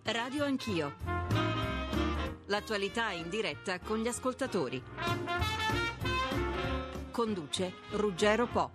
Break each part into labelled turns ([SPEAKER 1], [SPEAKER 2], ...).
[SPEAKER 1] Radio Anch'io. L'attualità in diretta con gli ascoltatori. Conduce Ruggero Po.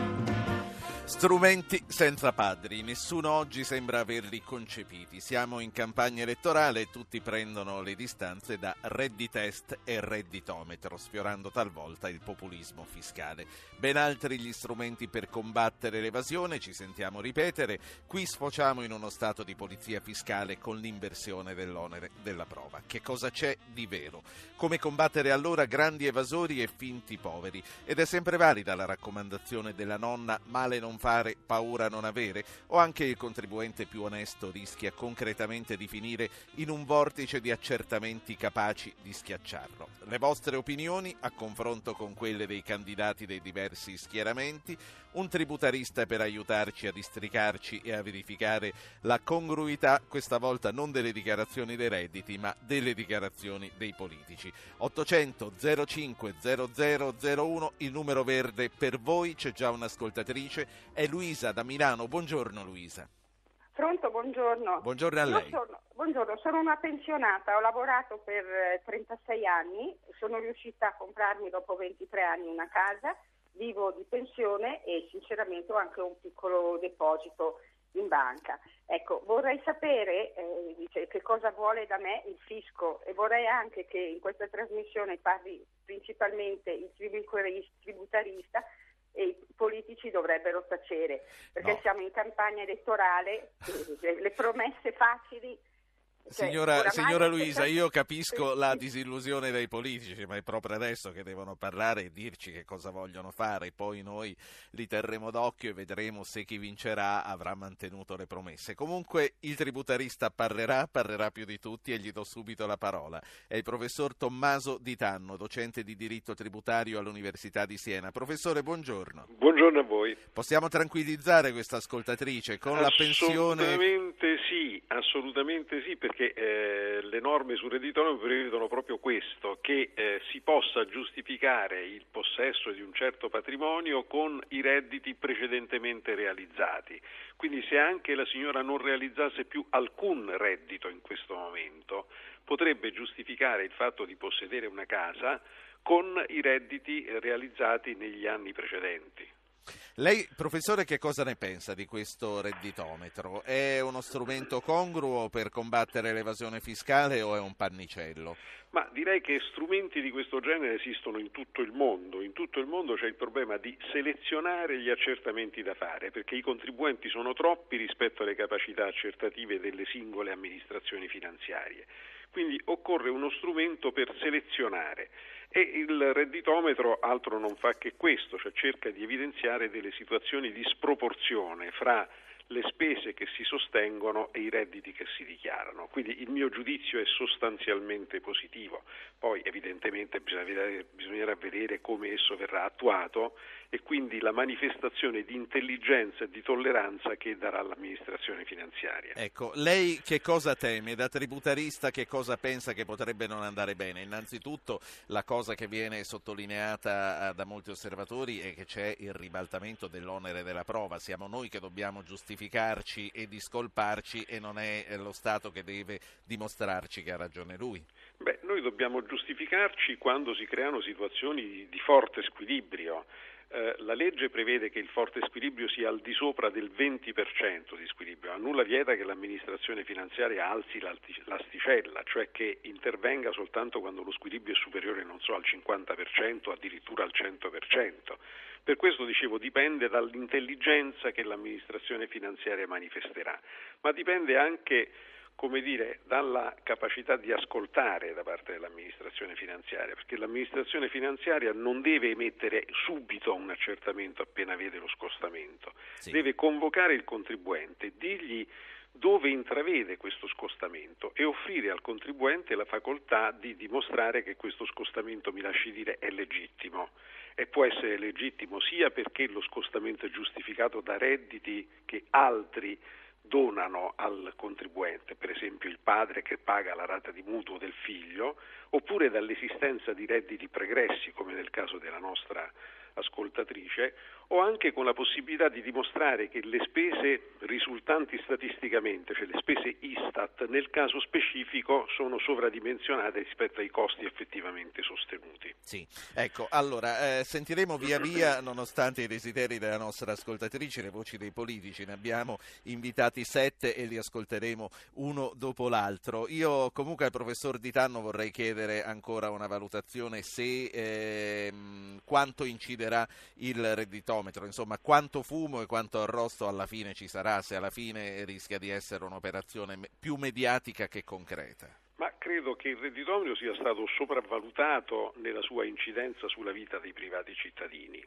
[SPEAKER 2] Strumenti senza padri, nessuno oggi sembra averli concepiti. Siamo in campagna elettorale e tutti prendono le distanze da redditest e redditometro, sfiorando talvolta il populismo fiscale. Ben altri gli strumenti per combattere l'evasione, ci sentiamo ripetere, qui sfociamo in uno stato di polizia fiscale con l'inversione dell'onere della prova. Che cosa c'è di vero? Come combattere allora grandi evasori e finti poveri? Ed è sempre valida la raccomandazione della nonna male non fare, paura non avere, o anche il contribuente più onesto rischia concretamente di finire in un vortice di accertamenti capaci di schiacciarlo? Le vostre opinioni a confronto con quelle dei candidati dei diversi schieramenti, un tributarista per aiutarci a districarci e a verificare la congruità, questa volta non delle dichiarazioni dei redditi, ma delle dichiarazioni dei politici. 800 05 0001, il numero verde per voi, c'è già un'ascoltatrice. È Luisa da Milano. Buongiorno Luisa.
[SPEAKER 3] Pronto, buongiorno.
[SPEAKER 2] Buongiorno a lei.
[SPEAKER 3] Buongiorno, sono una pensionata, ho lavorato per 36 anni, sono riuscita a comprarmi dopo 23 anni una casa, vivo di pensione e sinceramente ho anche un piccolo deposito in banca. Ecco, vorrei sapere che cosa vuole da me il fisco e vorrei anche che in questa trasmissione parli principalmente il tributarista e i politici dovrebbero tacere, perché siamo in campagna elettorale, le promesse facili.
[SPEAKER 2] Signora Luisa, io capisco la disillusione dei politici, ma è proprio adesso che devono parlare e dirci che cosa vogliono fare, poi noi li terremo d'occhio e vedremo se chi vincerà avrà mantenuto le promesse. Comunque il tributarista parlerà più di tutti e gli do subito la parola. È il professor Tommaso Di Tanno, docente di diritto tributario all'Università di Siena. Professore, buongiorno.
[SPEAKER 4] Buongiorno a voi.
[SPEAKER 2] Possiamo tranquillizzare questa ascoltatrice con la pensione?
[SPEAKER 4] Assolutamente sì, perché le norme sul redditometro prevedono proprio questo, che si possa giustificare il possesso di un certo patrimonio con i redditi precedentemente realizzati. Quindi se anche la signora non realizzasse più alcun reddito in questo momento, potrebbe giustificare il fatto di possedere una casa con i redditi realizzati negli anni precedenti.
[SPEAKER 2] Lei, professore, che cosa ne pensa di questo redditometro? È uno strumento congruo per combattere l'evasione fiscale o è un pannicello?
[SPEAKER 4] Ma direi che strumenti di questo genere esistono in tutto il mondo. In tutto il mondo c'è il problema di selezionare gli accertamenti da fare, perché i contribuenti sono troppi rispetto alle capacità accertative delle singole amministrazioni finanziarie. Quindi occorre uno strumento per selezionare e il redditometro altro non fa che questo, cioè cerca di evidenziare delle situazioni di sproporzione fra le spese che si sostengono e i redditi che si dichiarano. Quindi il mio giudizio è sostanzialmente positivo. Poi evidentemente bisognerà vedere come esso verrà attuato e quindi la manifestazione di intelligenza e di tolleranza che darà l'amministrazione finanziaria.
[SPEAKER 2] Ecco, lei che cosa teme? Da tributarista che cosa pensa che potrebbe non andare bene? Innanzitutto la cosa che viene sottolineata da molti osservatori è che c'è il ribaltamento dell'onere della prova. Siamo noi che dobbiamo giustificarci e discolparci e non è lo Stato che deve dimostrarci che ha ragione lui.
[SPEAKER 4] Noi dobbiamo giustificarci quando si creano situazioni di forte squilibrio. La legge prevede che il forte squilibrio sia al di sopra del 20% di squilibrio, ma nulla vieta che l'amministrazione finanziaria alzi l'asticella, cioè che intervenga soltanto quando lo squilibrio è superiore non so al 50%, addirittura al 100%. Per questo dicevo dipende dall'intelligenza che l'amministrazione finanziaria manifesterà, ma dipende anche dalla capacità di ascoltare da parte dell'amministrazione finanziaria, perché l'amministrazione finanziaria non deve emettere subito un accertamento appena vede lo scostamento, deve convocare il contribuente, dirgli dove intravede questo scostamento e offrire al contribuente la facoltà di dimostrare che questo scostamento, mi lasci dire, è legittimo. E può essere legittimo sia perché lo scostamento è giustificato da redditi che altri donano al contribuente, per esempio il padre che paga la rata di mutuo del figlio, oppure dall'esistenza di redditi pregressi, come nel caso della nostra ascoltatrice, o anche con la possibilità di dimostrare che le spese risultanti statisticamente, cioè le spese Istat entrate nel caso specifico sono sovradimensionate rispetto ai costi effettivamente sostenuti.
[SPEAKER 2] Sì, ecco, allora sentiremo via via, nonostante i desideri della nostra ascoltatrice, le voci dei politici. Ne abbiamo invitati 7 e li ascolteremo uno dopo l'altro. Io comunque al professor Di Tanno vorrei chiedere ancora una valutazione se quanto inciderà il redditometro, insomma quanto fumo e quanto arrosto alla fine ci sarà, se alla fine rischia di essere un'operazione più mediatica che concreta.
[SPEAKER 4] Ma credo che il redditometro sia stato sopravvalutato nella sua incidenza sulla vita dei privati cittadini.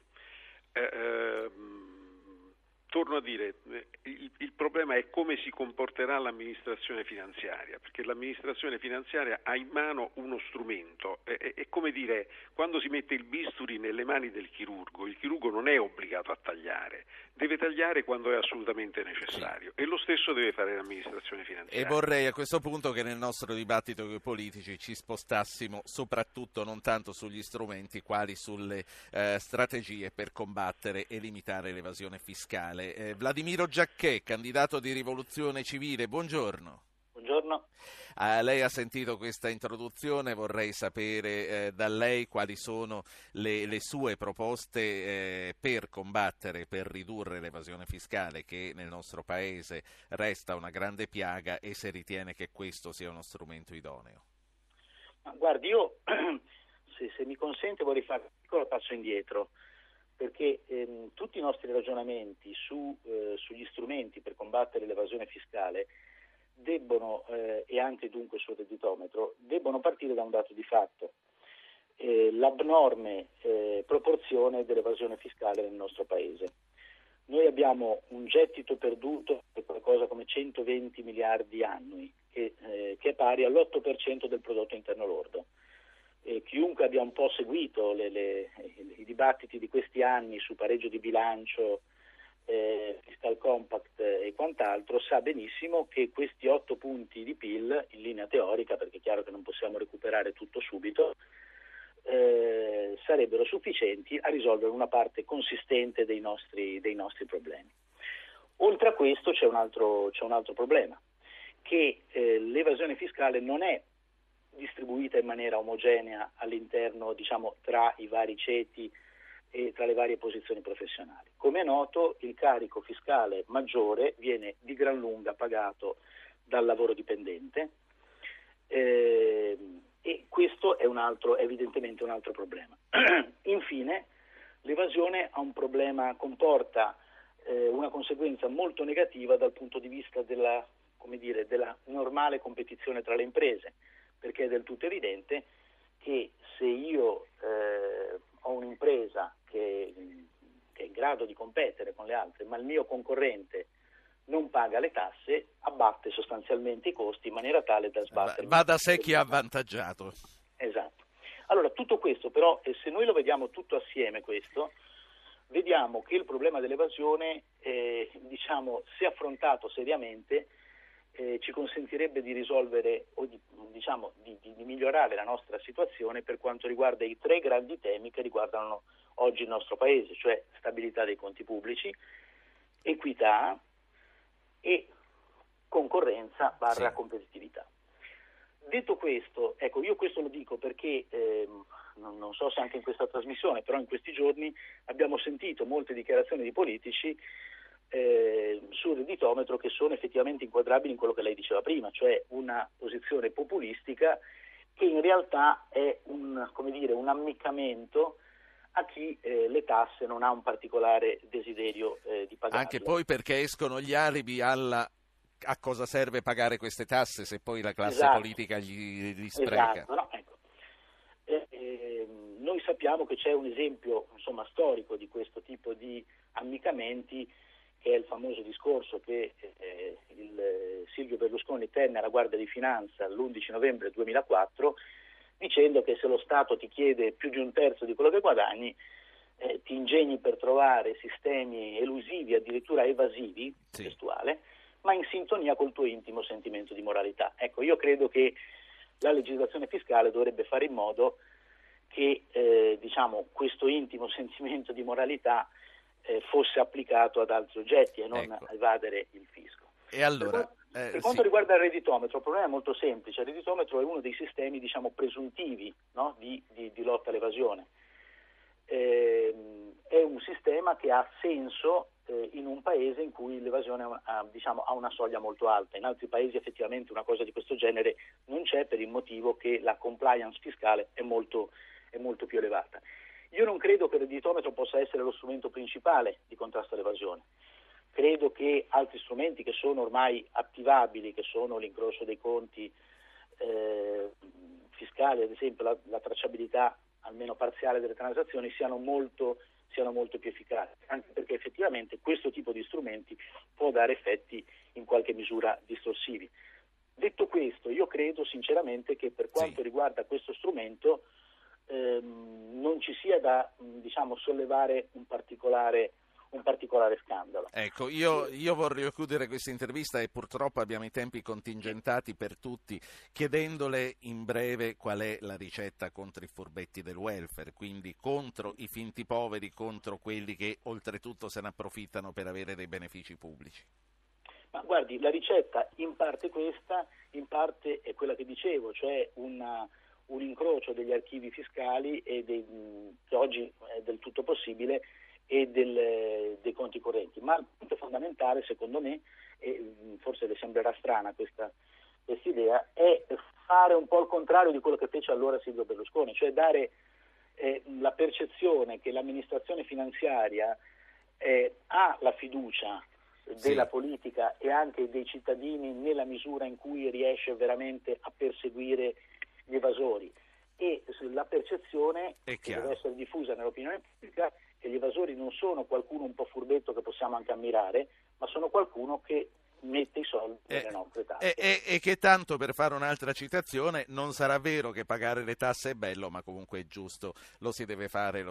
[SPEAKER 4] Torno a dire, il problema è come si comporterà l'amministrazione finanziaria, perché l'amministrazione finanziaria ha in mano uno strumento, è come dire, quando si mette il bisturi nelle mani del chirurgo, il chirurgo non è obbligato a tagliare, deve tagliare quando è assolutamente necessario, e lo stesso deve fare l'amministrazione finanziaria.
[SPEAKER 2] E vorrei a questo punto che nel nostro dibattito con i politici ci spostassimo soprattutto non tanto sugli strumenti quali sulle strategie per combattere e limitare l'evasione fiscale. Vladimiro Giacchè, candidato di Rivoluzione Civile, buongiorno.
[SPEAKER 5] Buongiorno.
[SPEAKER 2] Lei ha sentito questa introduzione, vorrei sapere da lei quali sono le sue proposte per combattere, per ridurre l'evasione fiscale che nel nostro Paese resta una grande piaga, e se ritiene che questo sia uno strumento idoneo.
[SPEAKER 5] Ma guardi, io se mi consente vorrei fare un piccolo passo indietro, perché tutti i nostri ragionamenti sugli strumenti per combattere l'evasione fiscale debbono, e anche dunque sul redditometro, debbono partire da un dato di fatto: l'abnorme proporzione dell'evasione fiscale nel nostro Paese. Noi abbiamo un gettito perduto di qualcosa come 120 miliardi annui, che è pari all'8% del prodotto interno lordo. Chiunque abbia un po' seguito i dibattiti di questi anni su pareggio di bilancio, fiscal compact e quant'altro sa benissimo che questi 8 punti di PIL, in linea teorica, perché è chiaro che non possiamo recuperare tutto subito, sarebbero sufficienti a risolvere una parte consistente dei nostri problemi. Oltre a questo c'è un altro problema, che l'evasione fiscale non è distribuita in maniera omogenea all'interno, tra i vari ceti e tra le varie posizioni professionali. Come è noto, il carico fiscale maggiore viene di gran lunga pagato dal lavoro dipendente, e questo è evidentemente un altro problema. Infine, l'evasione ha un problema, comporta una conseguenza molto negativa dal punto di vista della normale competizione tra le imprese, perché è del tutto evidente che se io ho un'impresa che è in grado di competere con le altre, ma il mio concorrente non paga le tasse, abbatte sostanzialmente i costi in maniera tale da sbattere.
[SPEAKER 2] Va da sé chi è avvantaggiato.
[SPEAKER 5] Esatto. Allora, tutto questo però, se noi lo vediamo tutto assieme questo, vediamo che il problema dell'evasione, se affrontato seriamente, ci consentirebbe di risolvere o di migliorare la nostra situazione per quanto riguarda i 3 grandi temi che riguardano oggi il nostro Paese, cioè stabilità dei conti pubblici, equità e concorrenza / competitività. Detto questo, io questo lo dico perché non so se anche in questa trasmissione, però in questi giorni abbiamo sentito molte dichiarazioni di politici sul redditometro che sono effettivamente inquadrabili in quello che lei diceva prima, cioè una posizione populistica che in realtà è un ammiccamento a chi le tasse non ha un particolare desiderio di pagarle.
[SPEAKER 2] Anche poi perché escono gli alibi a cosa serve pagare queste tasse se poi la classe politica li spreca.
[SPEAKER 5] Esatto, no? Noi sappiamo che c'è un esempio storico di questo tipo di ammiccamenti, che è il famoso discorso che il Silvio Berlusconi tenne alla Guardia di Finanza l'11 novembre 2004, dicendo che se lo Stato ti chiede più di un terzo di quello che guadagni, ti ingegni per trovare sistemi elusivi, addirittura evasivi, testuale, ma in sintonia col tuo intimo sentimento di moralità. Io credo che la legislazione fiscale dovrebbe fare in modo che questo intimo sentimento di moralità fosse applicato ad altri oggetti e non a evadere il fisco.
[SPEAKER 2] E allora,
[SPEAKER 5] Per quanto riguarda il redditometro, il problema è molto semplice. Il redditometro è uno dei sistemi, diciamo, presuntivi, no? di lotta all'evasione. È un sistema che ha senso in un paese in cui l'evasione ha una soglia molto alta. In altri paesi effettivamente una cosa di questo genere non c'è, per il motivo che la compliance fiscale è molto più elevata. Io non credo che il redditometro possa essere lo strumento principale di contrasto all'evasione. Credo che altri strumenti che sono ormai attivabili, che sono l'incrocio dei conti fiscali, ad esempio la tracciabilità almeno parziale delle transazioni, siano molto più efficaci, anche perché effettivamente questo tipo di strumenti può dare effetti in qualche misura distorsivi. Detto questo, io credo sinceramente che per quanto riguarda questo strumento non ci sia da sollevare un particolare scandalo.
[SPEAKER 2] Ecco, io vorrei chiudere questa intervista e purtroppo abbiamo i tempi contingentati per tutti, chiedendole in breve qual è la ricetta contro i furbetti del welfare, quindi contro i finti poveri, contro quelli che oltretutto se ne approfittano per avere dei benefici pubblici.
[SPEAKER 5] Ma guardi, la ricetta in parte questa, in parte è quella che dicevo, cioè un incrocio degli archivi fiscali che oggi è del tutto possibile, e dei conti correnti, ma il punto fondamentale secondo me, e forse le sembrerà strana questa idea, è fare un po' il contrario di quello che fece allora Silvio Berlusconi, cioè dare la percezione che l'amministrazione finanziaria ha la fiducia della politica e anche dei cittadini nella misura in cui riesce veramente a perseguire gli evasori, e la percezione che deve essere diffusa nell'opinione pubblica che gli evasori non sono qualcuno un po' furbetto che possiamo anche ammirare, ma sono qualcuno che mette i soldi nelle nostre tasse.
[SPEAKER 2] E che tanto, per fare un'altra citazione, non sarà vero che pagare le tasse è bello, ma comunque è giusto, lo si deve fare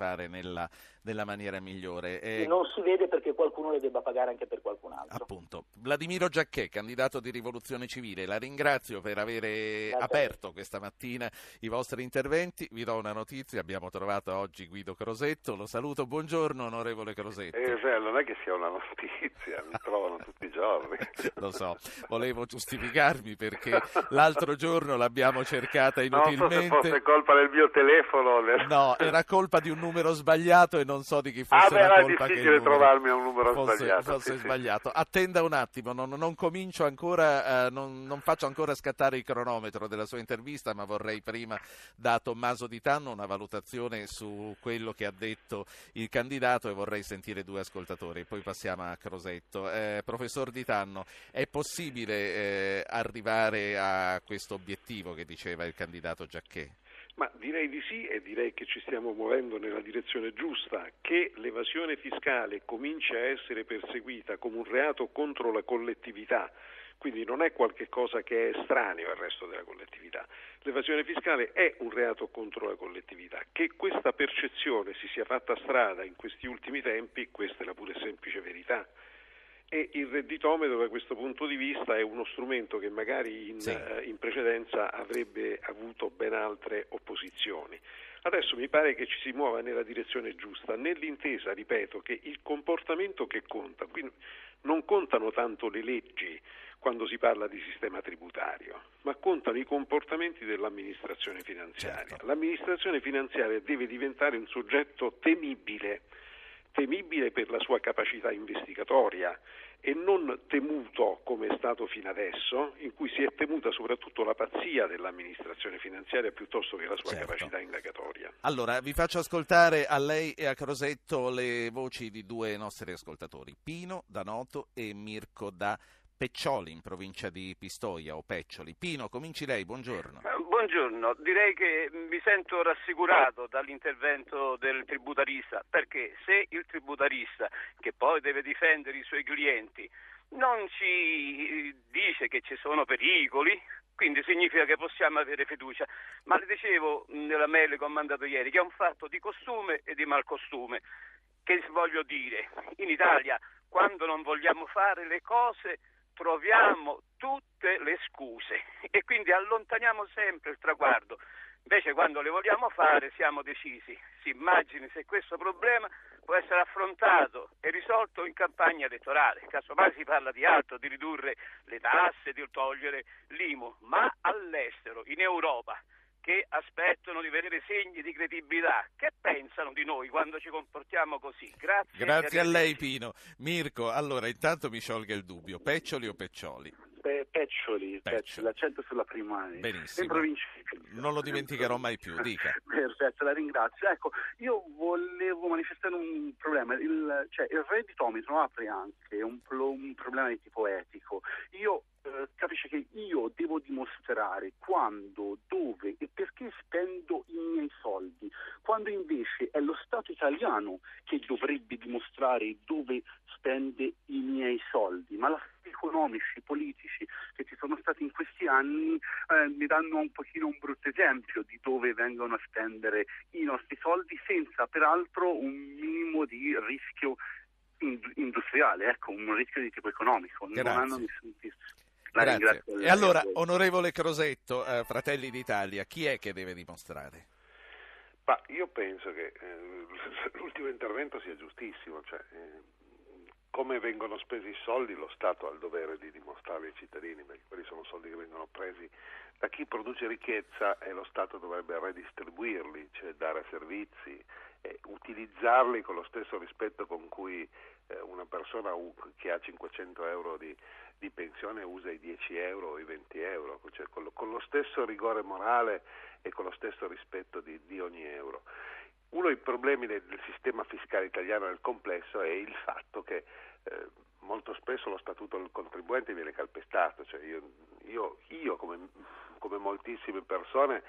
[SPEAKER 2] nella maniera migliore.
[SPEAKER 5] E non si vede perché qualcuno le debba pagare anche per qualcun altro.
[SPEAKER 2] Appunto. Vladimiro Giacché, candidato di Rivoluzione Civile, la ringrazio per avere aperto questa mattina i vostri interventi. Vi do una notizia, abbiamo trovato oggi Guido Crosetto, lo saluto, buongiorno onorevole Crosetto.
[SPEAKER 4] Non è che sia una notizia, mi trovano tutti i giorni.
[SPEAKER 2] Lo so, volevo giustificarmi perché l'altro giorno l'abbiamo cercata inutilmente.
[SPEAKER 4] Non so se fosse colpa del mio telefono.
[SPEAKER 2] No, era colpa di un numero sbagliato e non so di chi fosse la colpa.
[SPEAKER 4] È difficile trovarmi un numero
[SPEAKER 2] fosse sbagliato. Attenda un attimo, non comincio ancora, non faccio ancora scattare il cronometro della sua intervista, ma vorrei prima da Tommaso Di Tanno una valutazione su quello che ha detto il candidato, e vorrei sentire due ascoltatori, poi passiamo a Crosetto. Professor Di Tanno, è possibile arrivare a questo obiettivo che diceva il candidato Giacché?
[SPEAKER 4] Ma direi di sì, e direi che ci stiamo muovendo nella direzione giusta, che l'evasione fiscale comincia a essere perseguita come un reato contro la collettività, quindi non è qualche cosa che è estraneo al resto della collettività. L'evasione fiscale è un reato contro la collettività. Che questa percezione si sia fatta strada in questi ultimi tempi, questa è la pure semplice verità. E il redditometro da questo punto di vista è uno strumento che magari in precedenza avrebbe avuto ben altre opposizioni. Adesso mi pare che ci si muova nella direzione giusta, nell'intesa, ripeto, che il comportamento che conta, qui non contano tanto le leggi quando si parla di sistema tributario, ma contano i comportamenti dell'amministrazione finanziaria.
[SPEAKER 2] Certo.
[SPEAKER 4] L'amministrazione finanziaria deve diventare un soggetto temibile per la sua capacità investigatoria e non temuto come è stato fino adesso, in cui si è temuta soprattutto la pazzia dell'amministrazione finanziaria piuttosto che la sua capacità indagatoria.
[SPEAKER 2] Allora, vi faccio ascoltare a lei e a Crosetto le voci di due nostri ascoltatori, Pino da Noto e Mirko da Peccioli, in provincia di Pistoia, o Peccioli. Pino, cominci lei, buongiorno.
[SPEAKER 6] Buongiorno, direi che mi sento rassicurato dall'intervento del tributarista, perché se il tributarista, che poi deve difendere i suoi clienti, non ci dice che ci sono pericoli, quindi significa che possiamo avere fiducia. Ma le dicevo nella mail che ho mandato ieri che è un fatto di costume e di malcostume. Che voglio dire? In Italia, quando non vogliamo fare le cose, troviamo tutte le scuse e quindi allontaniamo sempre il traguardo. Invece quando le vogliamo fare siamo decisi. Si immagini se questo problema può essere affrontato e risolto in campagna elettorale. Casomai si parla di altro, di ridurre le tasse, di togliere l'IMU, ma all'estero, in Europa, che aspettano di vedere segni di credibilità, che pensano di noi quando ci comportiamo così?
[SPEAKER 2] Grazie a lei, Pino. Mirko, allora intanto mi sciolga il dubbio, Peccioli o Peccioli?
[SPEAKER 7] Peccioli, l'accento sulla prima E.
[SPEAKER 2] Benissimo.
[SPEAKER 7] In provincia di Pisa.
[SPEAKER 2] Non lo dimenticherò mai più, dica.
[SPEAKER 7] Perfetto, la ringrazio. Ecco, io volevo manifestare un problema. Il redditometro apre anche un problema di tipo etico. Capisce che io devo dimostrare quando, dove e perché spendo i miei soldi, quando invece è lo Stato italiano che dovrebbe dimostrare dove spende i miei soldi. Ma la economici, politici che ci sono stati in questi anni mi danno un pochino un brutto esempio di dove vengono a spendere i nostri soldi, senza peraltro un minimo di rischio industriale, ecco, un rischio di tipo economico.
[SPEAKER 2] Grazie.
[SPEAKER 7] Non hanno nessun rischio.
[SPEAKER 2] Grazie. E allora, onorevole Crosetto, Fratelli d'Italia, chi è che deve dimostrare?
[SPEAKER 8] Ma io penso che l'ultimo intervento sia giustissimo, cioè come vengono spesi i soldi lo Stato ha il dovere di dimostrarli ai cittadini, perché quelli sono soldi che vengono presi da chi produce ricchezza e lo Stato dovrebbe redistribuirli, cioè dare servizi e utilizzarli con lo stesso rispetto con cui una persona che ha 500 euro di pensione usa i 10 euro o i 20 euro, cioè con lo stesso rigore morale e con lo stesso rispetto di ogni euro. Uno dei problemi del sistema fiscale italiano nel complesso è il fatto che molto spesso lo statuto del contribuente viene calpestato, cioè io come moltissime persone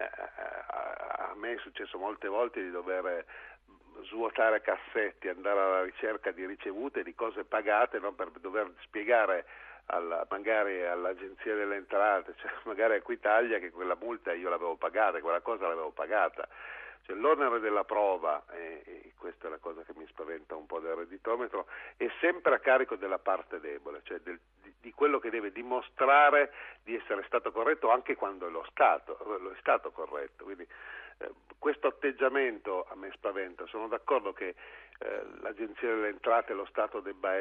[SPEAKER 8] a me è successo molte volte di dover svuotare cassetti, andare alla ricerca di ricevute, di cose pagate, no? Per dover spiegare magari all'Agenzia delle Entrate, cioè magari a Equitalia, che quella multa io l'avevo pagata, quella cosa l'avevo pagata. Cioè, l'onere della prova, e questa è la cosa che mi spaventa un po' del redditometro, è sempre a carico della parte debole, cioè di quello che deve dimostrare di essere stato corretto anche quando lo è stato corretto. Quindi questo atteggiamento a me spaventa. Sono d'accordo che l'Agenzia delle Entrate e lo Stato debba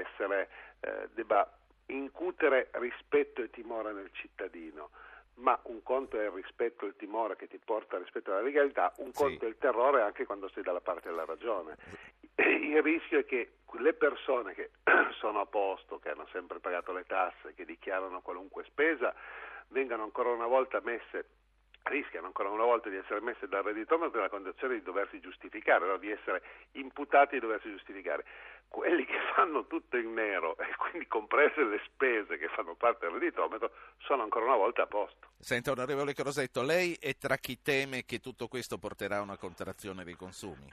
[SPEAKER 8] incutere rispetto e timore nel cittadino, ma un conto è il rispetto e il timore che ti porta al rispetto alla legalità, un conto è il terrore anche quando sei dalla parte della ragione. Il rischio è che le persone che sono a posto, che hanno sempre pagato le tasse, che dichiarano qualunque spesa, vengano ancora una volta rischiano ancora una volta di essere messe dal redditometro nella condizione di doversi giustificare, no? Di essere imputati e doversi giustificare. Quelli che fanno tutto in nero, e quindi comprese le spese che fanno parte del redditometro, sono ancora una volta a posto.
[SPEAKER 2] Senta, onorevole Crosetto, lei è tra chi teme che tutto questo porterà a una contrazione dei consumi?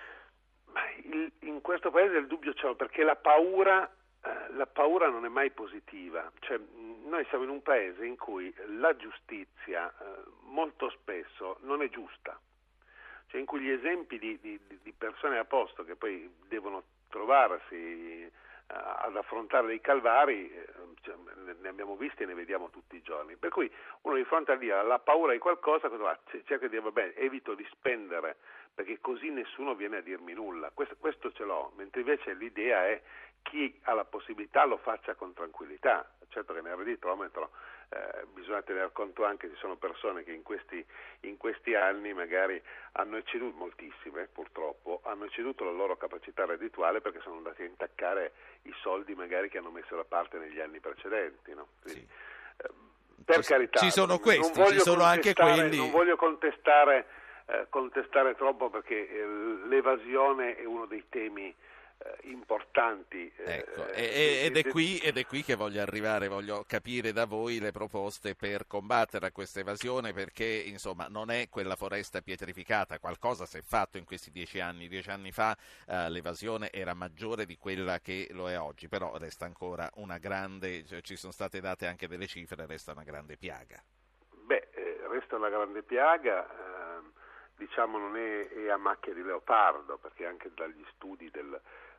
[SPEAKER 8] Ma in questo paese il dubbio c'è, perché la paura non è mai positiva. Cioè, noi siamo in un paese in cui la giustizia molto spesso non è giusta, cioè in cui gli esempi di persone a posto che poi devono trovarsi ad affrontare dei calvari, ne abbiamo visti e ne vediamo tutti i giorni, per cui uno di fronte alla paura di qualcosa cosa fa? Cerca di dire vabbè, evito di spendere perché così nessuno viene a dirmi nulla, questo ce l'ho, mentre invece l'idea è chi ha la possibilità lo faccia con tranquillità. Certo che nel redditometro bisogna tener conto anche che ci sono persone che in questi anni magari hanno ecceduto, moltissime purtroppo, hanno ecceduto la loro capacità reddituale perché sono andati a intaccare i soldi magari che hanno messo da parte negli anni precedenti, no? Quindi, per carità,
[SPEAKER 2] ci sono questi, ci sono anche quelli.
[SPEAKER 8] Non voglio contestare troppo perché l'evasione è uno dei temi importanti.
[SPEAKER 2] Ecco, ed è qui che voglio arrivare, voglio capire da voi le proposte per combattere questa evasione, perché insomma non è quella foresta pietrificata, qualcosa si è fatto in questi 10 anni. 10 anni fa l'evasione era maggiore di quella che lo è oggi, però resta ancora una grande, cioè, ci sono state date anche delle cifre, resta una grande piaga.
[SPEAKER 8] Resta una grande piaga, diciamo non è a macchia di leopardo, perché anche dagli studi del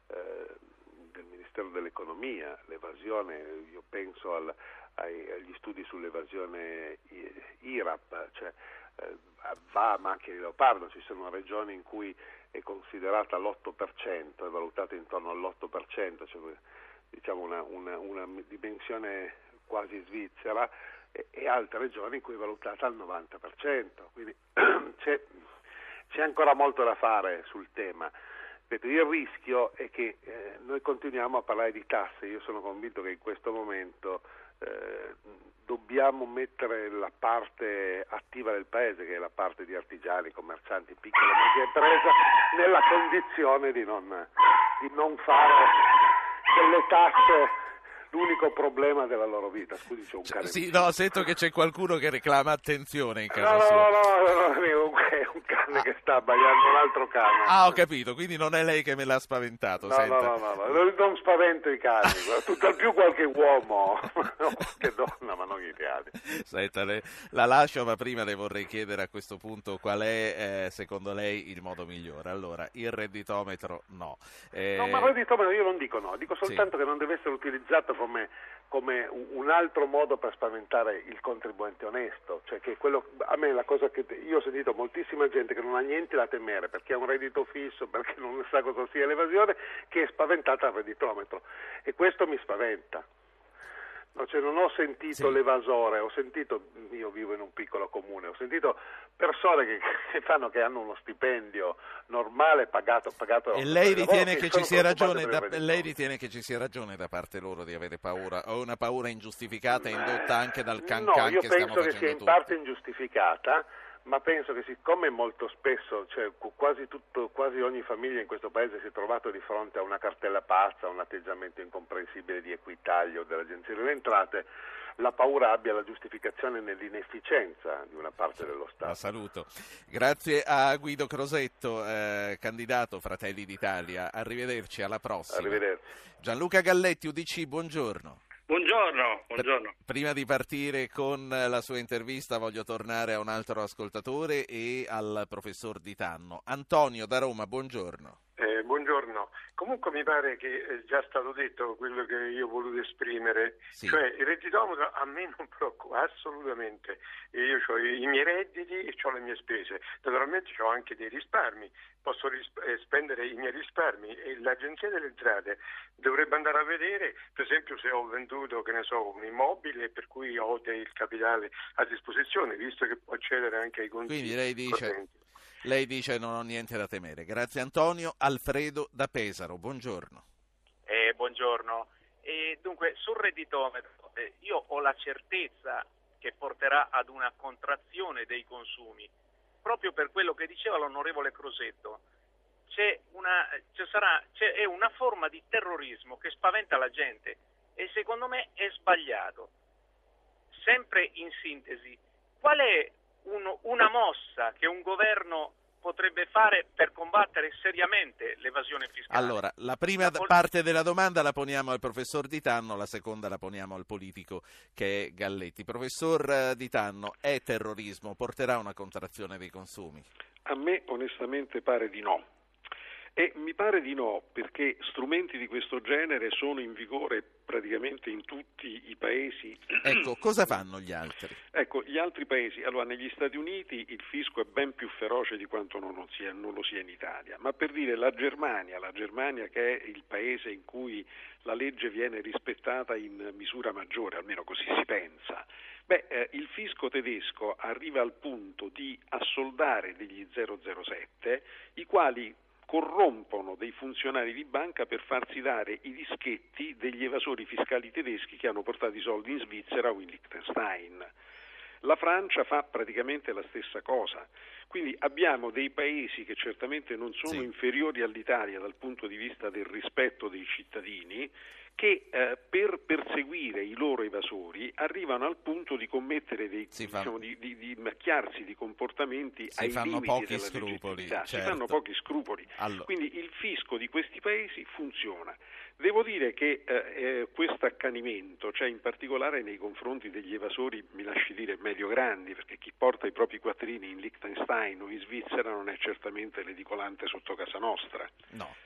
[SPEAKER 8] Ministero dell'Economia l'evasione, io penso agli studi sull'evasione IRAP, cioè va a macchia di leopardo. Ci sono regioni in cui è considerata l'8%, è valutata intorno all'8%, cioè diciamo una dimensione quasi svizzera, e altre regioni in cui è valutata al 90%, quindi c'è ancora molto da fare sul tema. Il rischio è che noi continuiamo a parlare di tasse. Io sono convinto che in questo momento dobbiamo mettere la parte attiva del paese, che è la parte di artigiani, commercianti, piccole e medie imprese, nella condizione di non fare delle tasse l'unico problema della loro vita. Scusi, c'è un cane.
[SPEAKER 2] Sì, no, sento che c'è qualcuno che reclama attenzione in casa
[SPEAKER 8] No,
[SPEAKER 2] sua.
[SPEAKER 8] è un cane che sta abbaiando un altro cane.
[SPEAKER 2] Ah, ho capito, quindi non è lei che me l'ha spaventato.
[SPEAKER 8] No, non spavento i cani, tutt'al più qualche uomo, che donna, ma non gli italiani.
[SPEAKER 2] Senta, la lascio, ma prima le vorrei chiedere a questo punto qual è, secondo lei, il modo migliore. Allora, il redditometro no.
[SPEAKER 8] No, ma il redditometro io non dico no, dico soltanto che non deve essere utilizzato come un altro modo per spaventare il contribuente onesto, cioè che a me la cosa che io ho sentito moltissima gente che non ha niente da temere perché ha un reddito fisso, perché non sa cosa sia l'evasione, che è spaventata al redditometro, e questo mi spaventa. No, cioè non ho sentito l'evasore, io vivo in un piccolo comune, ho sentito persone che hanno uno stipendio normale pagato.
[SPEAKER 2] E lei ritiene che ci sia ragione da parte loro di avere paura, o una paura ingiustificata indotta anche dal cancan che stiamo facendo tutti?
[SPEAKER 8] No, io penso che sia in parte ingiustificata, ma penso che siccome molto spesso, cioè quasi ogni famiglia in questo paese si è trovato di fronte a una cartella pazza, a un atteggiamento incomprensibile di Equitalia o dell'Agenzia delle Entrate, la paura abbia la giustificazione nell'inefficienza di una parte dello Stato.
[SPEAKER 2] La saluto. Grazie a Guido Crosetto, candidato Fratelli d'Italia. Arrivederci, alla prossima.
[SPEAKER 8] Arrivederci.
[SPEAKER 2] Gianluca Galletti, UDC, buongiorno.
[SPEAKER 9] Buongiorno.
[SPEAKER 2] Prima di partire con la sua intervista voglio tornare a un altro ascoltatore e al professor Di Tanno. Antonio da Roma, buongiorno.
[SPEAKER 10] Buongiorno. Comunque mi pare che è già stato detto quello che io ho voluto esprimere, cioè il redditometro a me non preoccupa assolutamente. Io ho i miei redditi e ho le mie spese, naturalmente ho anche dei risparmi, posso spendere i miei risparmi, e l'Agenzia delle Entrate dovrebbe andare a vedere, per esempio, se ho venduto, che ne so, un immobile per cui ho del capitale a disposizione, visto che può accedere anche ai consigli.
[SPEAKER 2] Quindi lei dice non ho niente da temere. Grazie Antonio. Alfredo da Pesaro, buongiorno.
[SPEAKER 11] Buongiorno. Dunque, sul redditometro io ho la certezza che porterà ad una contrazione dei consumi, proprio per quello che diceva l'onorevole Crosetto. È una forma di terrorismo che spaventa la gente e secondo me è sbagliato. Sempre in sintesi, qual è una mossa che un governo potrebbe fare per combattere seriamente l'evasione fiscale?
[SPEAKER 2] Allora, la prima parte della domanda la poniamo al professor Di Tanno, la seconda la poniamo al politico che è Galletti. Professor Di Tanno, è terrorismo? Porterà una contrazione dei consumi?
[SPEAKER 4] A me onestamente pare di no. E mi pare di no perché strumenti di questo genere sono in vigore praticamente in tutti i paesi.
[SPEAKER 2] Ecco, cosa fanno gli altri?
[SPEAKER 4] Ecco, gli altri paesi, allora negli Stati Uniti il fisco è ben più feroce di quanto non lo sia in Italia, ma per dire la Germania che è il paese in cui la legge viene rispettata in misura maggiore, almeno così si pensa. Il fisco tedesco arriva al punto di assoldare degli 007, i quali corrompono dei funzionari di banca per farsi dare i dischetti degli evasori fiscali tedeschi che hanno portato i soldi in Svizzera o in Liechtenstein. La Francia fa praticamente la stessa cosa, quindi abbiamo dei paesi che certamente non sono inferiori all'Italia dal punto di vista del rispetto dei cittadini, che per perseguire i loro evasori arrivano al punto di commettere di macchiarsi di comportamenti ai limiti della legittimità. Si fanno pochi scrupoli. Quindi il fisco di questi paesi funziona. Devo dire che questo accanimento, cioè in particolare nei confronti degli evasori, mi lasci dire, medio grandi, perché chi porta i propri quattrini in Liechtenstein o in Svizzera non è certamente l'edicolante sotto casa nostra.
[SPEAKER 2] No.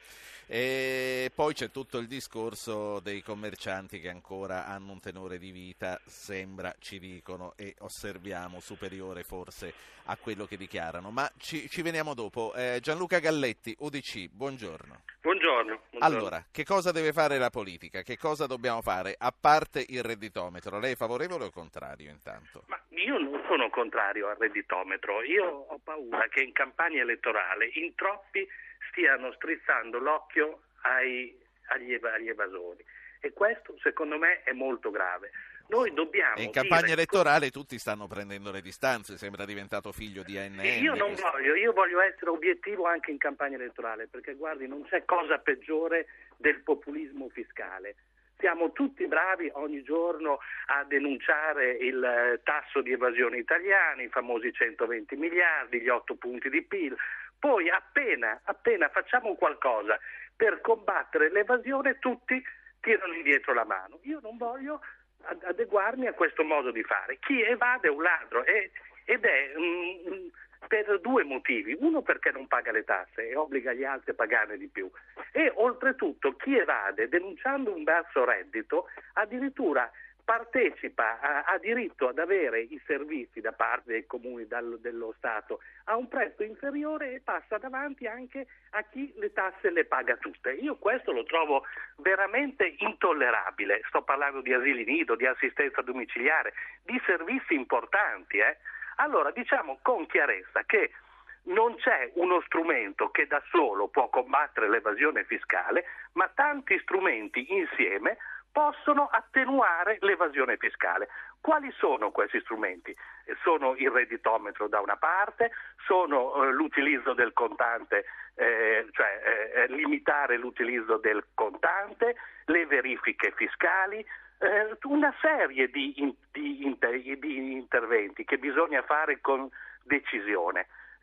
[SPEAKER 2] E poi c'è tutto il discorso dei commercianti che ancora hanno un tenore di vita, sembra, ci dicono e osserviamo, superiore forse a quello che dichiarano. Ma ci veniamo dopo. Gianluca Galletti, UDC, buongiorno.
[SPEAKER 9] Buongiorno.
[SPEAKER 2] Allora, che cosa deve fare la politica? Che cosa dobbiamo fare? A parte il redditometro, lei è favorevole o contrario intanto?
[SPEAKER 9] Ma io non sono contrario al redditometro, io ho paura che in campagna elettorale in troppi stiano strizzando l'occhio agli evasori e questo secondo me è molto grave. Noi dobbiamo
[SPEAKER 2] e in campagna elettorale tutti stanno prendendo le distanze, sembra diventato figlio di ANN.
[SPEAKER 9] Io voglio essere obiettivo anche in campagna elettorale, perché guardi, non c'è cosa peggiore del populismo fiscale. Siamo tutti bravi ogni giorno a denunciare il tasso di evasione italiano, i famosi 120 miliardi, gli 8 punti di PIL. Poi appena facciamo qualcosa per combattere l'evasione, tutti tirano indietro la mano. Io non voglio adeguarmi a questo modo di fare. Chi evade è un ladro ed è per due motivi. Uno, perché non paga le tasse e obbliga gli altri a pagarne di più, e oltretutto chi evade denunciando un basso reddito addirittura partecipa, ha diritto ad avere i servizi da parte dei comuni, dello Stato a un prezzo inferiore e passa davanti anche a chi le tasse le paga tutte. Io questo lo trovo veramente intollerabile. Sto parlando di asili nido, di assistenza domiciliare, di servizi importanti. Allora diciamo con chiarezza che non c'è uno strumento che da solo può combattere l'evasione fiscale, ma tanti strumenti insieme possono attenuare l'evasione fiscale. Quali sono questi strumenti? Sono il redditometro da una parte, sono l'utilizzo del contante, limitare l'utilizzo del contante, le verifiche fiscali, una serie di interventi che bisogna fare con decisione.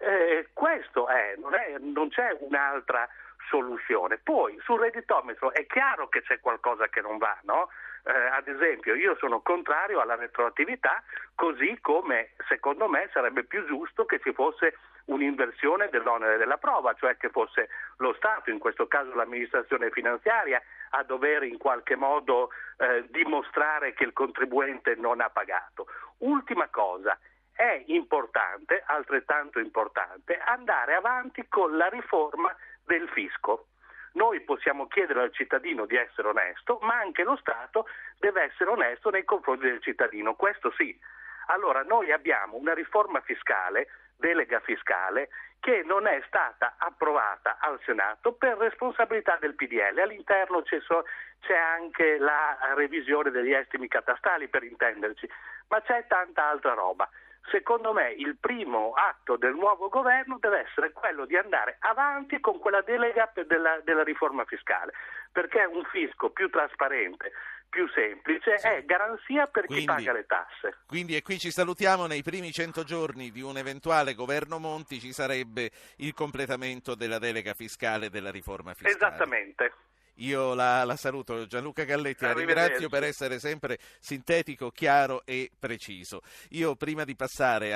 [SPEAKER 9] Questo non c'è un'altra soluzione. Poi sul redditometro è chiaro che c'è qualcosa che non va, no? Ad esempio io sono contrario alla retroattività, così come secondo me sarebbe più giusto che ci fosse un'inversione dell'onere della prova, cioè che fosse lo Stato, in questo caso l'amministrazione finanziaria, a dover in qualche modo dimostrare che il contribuente non ha pagato. Ultima cosa, è importante, altrettanto importante, andare avanti con la riforma del fisco. Noi possiamo chiedere al cittadino di essere onesto, ma anche lo Stato deve essere onesto nei confronti del cittadino, questo sì. Allora noi abbiamo una riforma fiscale, delega fiscale, che non è stata approvata al Senato per responsabilità del PDL. All'interno c'è anche la revisione degli estimi catastali, per intenderci, ma c'è tanta altra roba. Secondo me il primo atto del nuovo governo deve essere quello di andare avanti con quella delega della riforma fiscale, perché un fisco più trasparente, più semplice, è garanzia per chi paga le tasse.
[SPEAKER 2] Quindi, e qui ci salutiamo, nei primi 100 giorni di un eventuale governo Monti ci sarebbe il completamento della delega fiscale e della riforma fiscale.
[SPEAKER 9] Esattamente.
[SPEAKER 2] Io la saluto, Gianluca Galletti, la ringrazio per essere sempre sintetico, chiaro e preciso. Io prima di passare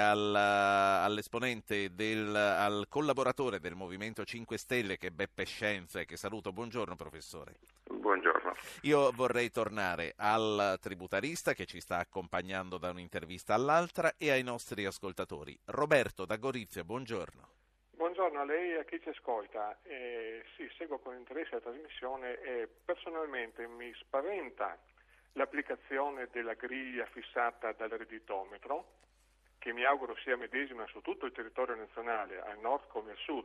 [SPEAKER 2] all'esponente, al collaboratore del Movimento 5 Stelle che è Beppe Scienza, che saluto, buongiorno professore.
[SPEAKER 12] Buongiorno.
[SPEAKER 2] Io vorrei tornare al tributarista che ci sta accompagnando da un'intervista all'altra e ai nostri ascoltatori. Roberto da Gorizia, buongiorno.
[SPEAKER 12] Buongiorno a lei e a chi ci ascolta. Sì, seguo con interesse la trasmissione e personalmente mi spaventa l'applicazione della griglia fissata dal redditometro, che mi auguro sia medesima su tutto il territorio nazionale, al nord come al sud,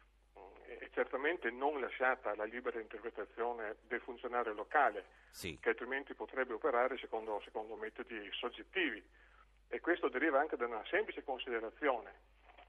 [SPEAKER 12] e certamente non lasciata alla libera interpretazione del funzionario locale,
[SPEAKER 2] sì,
[SPEAKER 12] che altrimenti potrebbe operare secondo metodi soggettivi. E questo deriva anche da una semplice considerazione.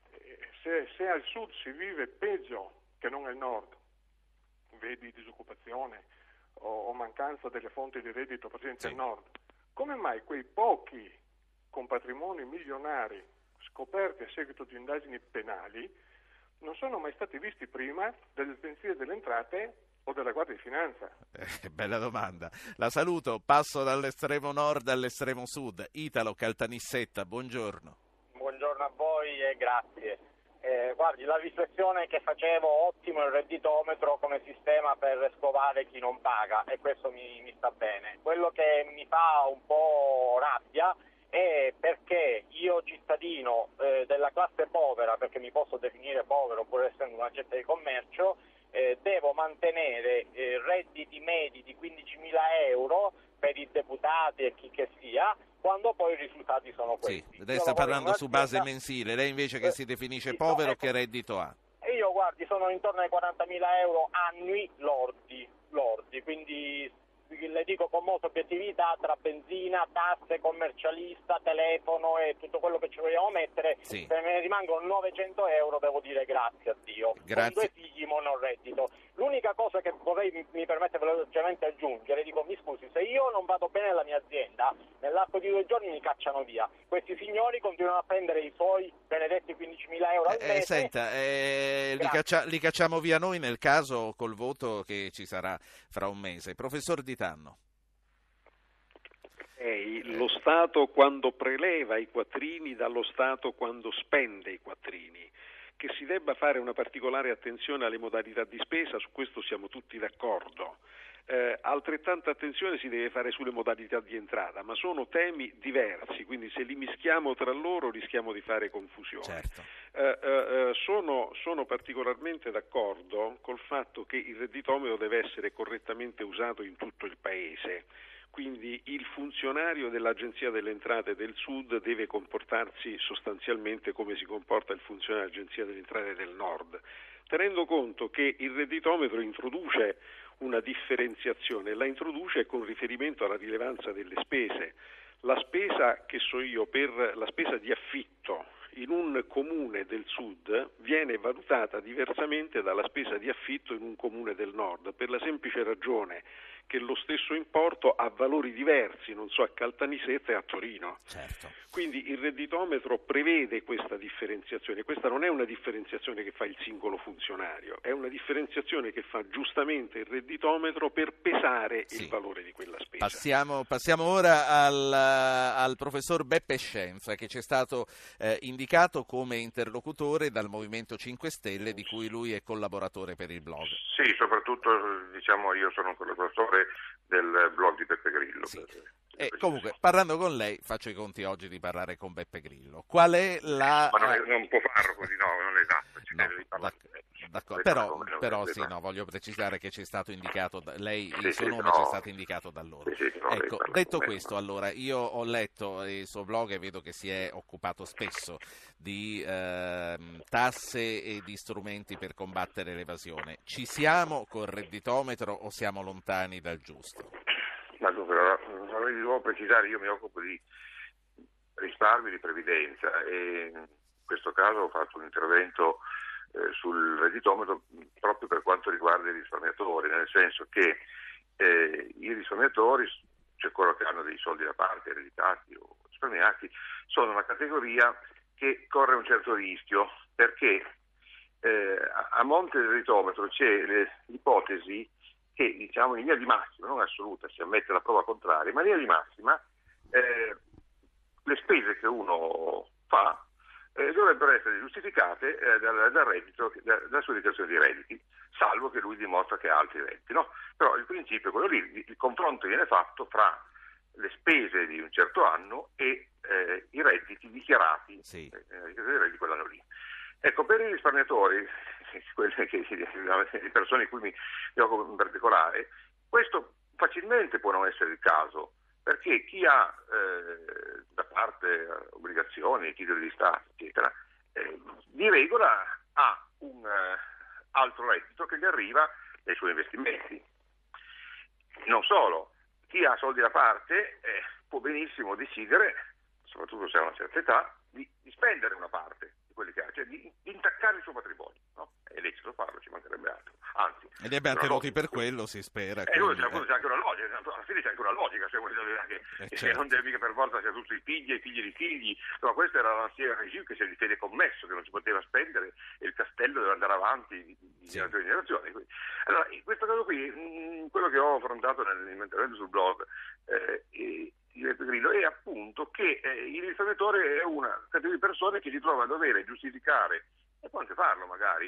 [SPEAKER 12] Se al sud si vive peggio che non al nord, vedi disoccupazione o mancanza delle fonti di reddito presenti al nord, come mai quei pochi con patrimoni milionari scoperti a seguito di indagini penali non sono mai stati visti prima dalle agenzie delle entrate o della Guardia di Finanza?
[SPEAKER 2] Bella domanda. La saluto, passo dall'estremo nord all'estremo sud. Italo Caltanissetta, buongiorno.
[SPEAKER 13] Buongiorno a voi e grazie. Guardi, la riflessione che facevo, ottimo il redditometro come sistema per scovare chi non paga, e questo mi sta bene. Quello che mi fa un po' rabbia è perché io cittadino della classe povera, perché mi posso definire povero pur essendo un agente di commercio, devo mantenere redditi medi di 15.000 euro per i deputati e chi che sia, quando poi i risultati sono questi.
[SPEAKER 2] Sì, lei sta parlando su base mensile, lei invece che si definisce povero, che reddito ha?
[SPEAKER 13] Io, guardi, sono intorno ai 40.000 euro annui lordi, quindi le dico con molta obiettività, tra benzina, tasse, commercialista, telefono e tutto quello che ci vogliamo mettere,
[SPEAKER 2] sì.
[SPEAKER 13] Se me ne rimangono 900 euro devo dire grazie a Dio.
[SPEAKER 2] Grazie.
[SPEAKER 13] Con 2 figli monoreddito. L'unica cosa che vorrei mi permette velocemente aggiungere, dico, mi scusi, se io non vado bene nella mia azienda, nell'arco di 2 giorni mi cacciano via. Questi signori continuano a prendere i suoi benedetti 15.000 euro al mese.
[SPEAKER 2] Senta, li cacciamo via noi nel caso col voto che ci sarà fra un mese. Professor Di Tanno.
[SPEAKER 4] Lo Stato quando preleva i quattrini dallo Stato quando spende i quattrini. Che si debba fare una particolare attenzione alle modalità di spesa, su questo siamo tutti d'accordo. Altrettanta attenzione si deve fare sulle modalità di entrata, ma sono temi diversi, quindi se li mischiamo tra loro rischiamo di fare confusione.
[SPEAKER 2] Certo.
[SPEAKER 4] Sono particolarmente d'accordo col fatto che il redditometro deve essere correttamente usato in tutto il Paese. Quindi il funzionario dell'Agenzia delle Entrate del Sud deve comportarsi sostanzialmente come si comporta il funzionario dell'Agenzia delle Entrate del Nord, tenendo conto che il redditometro introduce una differenziazione, la introduce con riferimento alla rilevanza delle spese. La spesa che so io per la spesa di affitto in un comune del Sud viene valutata diversamente dalla spesa di affitto in un comune del Nord, per la semplice ragione che lo stesso importo ha valori diversi, non so, a Caltanissetta e a Torino.
[SPEAKER 2] Certo.
[SPEAKER 4] Quindi il redditometro prevede questa differenziazione. Questa non è una differenziazione che fa il singolo funzionario, è una differenziazione che fa giustamente il redditometro per pesare il valore di quella spesa.
[SPEAKER 2] Passiamo ora al professor Beppe Scienza, che ci è stato indicato come interlocutore dal Movimento 5 Stelle, di cui lui è collaboratore per il blog.
[SPEAKER 14] Sì, soprattutto io sono un collaboratore del blog di Beppe Grillo.
[SPEAKER 2] Sì. Comunque, parlando con lei, faccio i conti oggi di parlare con Beppe Grillo. Qual è la...
[SPEAKER 14] Ma non può farlo così, no, non è esatto.
[SPEAKER 2] D'accordo. Però sì, no, voglio precisare che c'è stato indicato, il suo nome c'è stato indicato da loro. Ecco, detto questo, allora, io ho letto il suo blog e vedo che si è occupato spesso di tasse e di strumenti per combattere l'evasione. Ci siamo col redditometro o siamo lontani dal giusto?
[SPEAKER 14] Ma devo precisare, io mi occupo di risparmio e di previdenza e in questo caso ho fatto un intervento sul redditometro proprio per quanto riguarda i risparmiatori, nel senso che i risparmiatori, cioè coloro che hanno dei soldi da parte, ereditati o risparmiati, sono una categoria che corre un certo rischio, perché a monte del redditometro c'è l'ipotesi che, diciamo, in linea di massima, non assoluta, si ammette la prova contraria, ma in linea di massima le spese che uno fa dovrebbero essere giustificate dal reddito, dalla sua dichiarazione di redditi, salvo che lui dimostra che ha altri redditi, no? Però il principio è quello lì, il confronto viene fatto fra le spese di un certo anno e i redditi dichiarati, di quell'anno lì. Ecco, per i risparmiatori, le persone di cui mi occupo in particolare, questo facilmente può non essere il caso, perché chi ha da parte obbligazioni, titoli di Stato, eccetera, di regola ha un altro reddito che gli arriva dai suoi investimenti. Non solo, chi ha soldi da parte può benissimo decidere, soprattutto se ha una certa età, di spendere una parte di quelli che ha, cioè di intaccare il suo patrimonio, no? È lecito farlo, ci mancherebbe altro. Anzi,
[SPEAKER 2] e li abbiamo tenuti per quello, si spera.
[SPEAKER 14] C'è anche una logica, alla fine c'è anche una logica, cioè che non deve mica per forza sia tutti i figli e i figli di figli, ma questo era l'ancien regime che si è di fede commesso, che non si poteva spendere e il castello deve andare avanti di generazione in generazione. Allora, in questo caso qui, quello che ho affrontato nell'intervento sul blog di Beppe Grillo è appunto che il risparmiatore è una categoria di persone che si trova a dover giustificare e può anche farlo magari,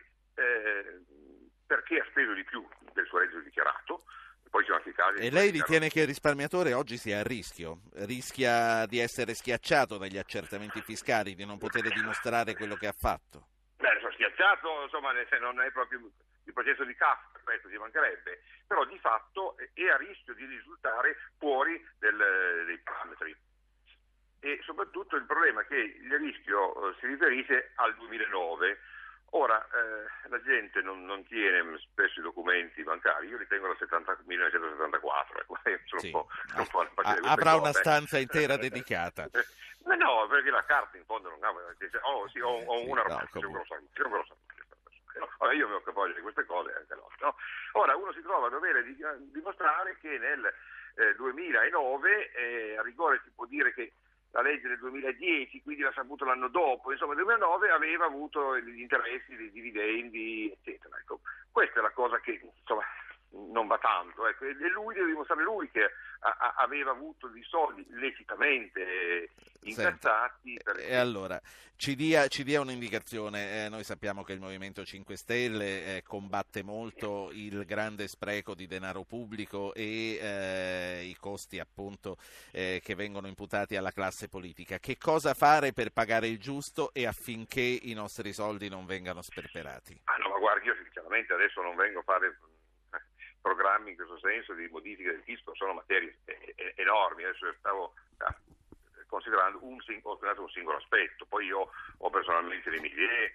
[SPEAKER 14] perché ha speso di più del suo reddito dichiarato. Poi ci sono anche i casi.
[SPEAKER 2] E lei ritiene che il risparmiatore oggi sia a rischio? Rischia di essere schiacciato dagli accertamenti fiscali, di non poter dimostrare quello che ha fatto?
[SPEAKER 14] Sono schiacciato, insomma, non è proprio il processo di Kafka, questo ci mancherebbe, però di fatto è a rischio di risultare fuori dei parametri. E soprattutto il problema è che il rischio si riferisce al 2009. Ora, la gente non tiene spesso i documenti bancari, io li tengo dal 1974,
[SPEAKER 2] sì.
[SPEAKER 14] Avrà
[SPEAKER 2] una stanza intera dedicata.
[SPEAKER 14] No, perché la carta in fondo non ha... ho una roba, sicuro lo so. Ora io mi occupo di queste cose anche no? Ora uno si trova a dover dimostrare che nel 2009 a rigore si può dire che la legge del 2010, quindi l'ha saputo l'anno dopo, insomma nel 2009 aveva avuto gli interessi, dei dividendi, eccetera. Ecco, questa è la cosa che insomma non va tanto, ecco. E lui deve dimostrare lui che aveva avuto dei soldi lecitamente incassati.
[SPEAKER 2] E allora ci dia un'indicazione. Noi sappiamo che il Movimento 5 Stelle combatte molto il grande spreco di denaro pubblico e i costi appunto che vengono imputati alla classe politica. Che cosa fare per pagare il giusto e affinché i nostri soldi non vengano sperperati?
[SPEAKER 14] No, ma guardi, io sinceramente adesso non vengo a fare programmi in questo senso di modifica del fisco, sono materie enormi. Adesso stavo considerando un singolo aspetto, poi io ho personalmente le mie idee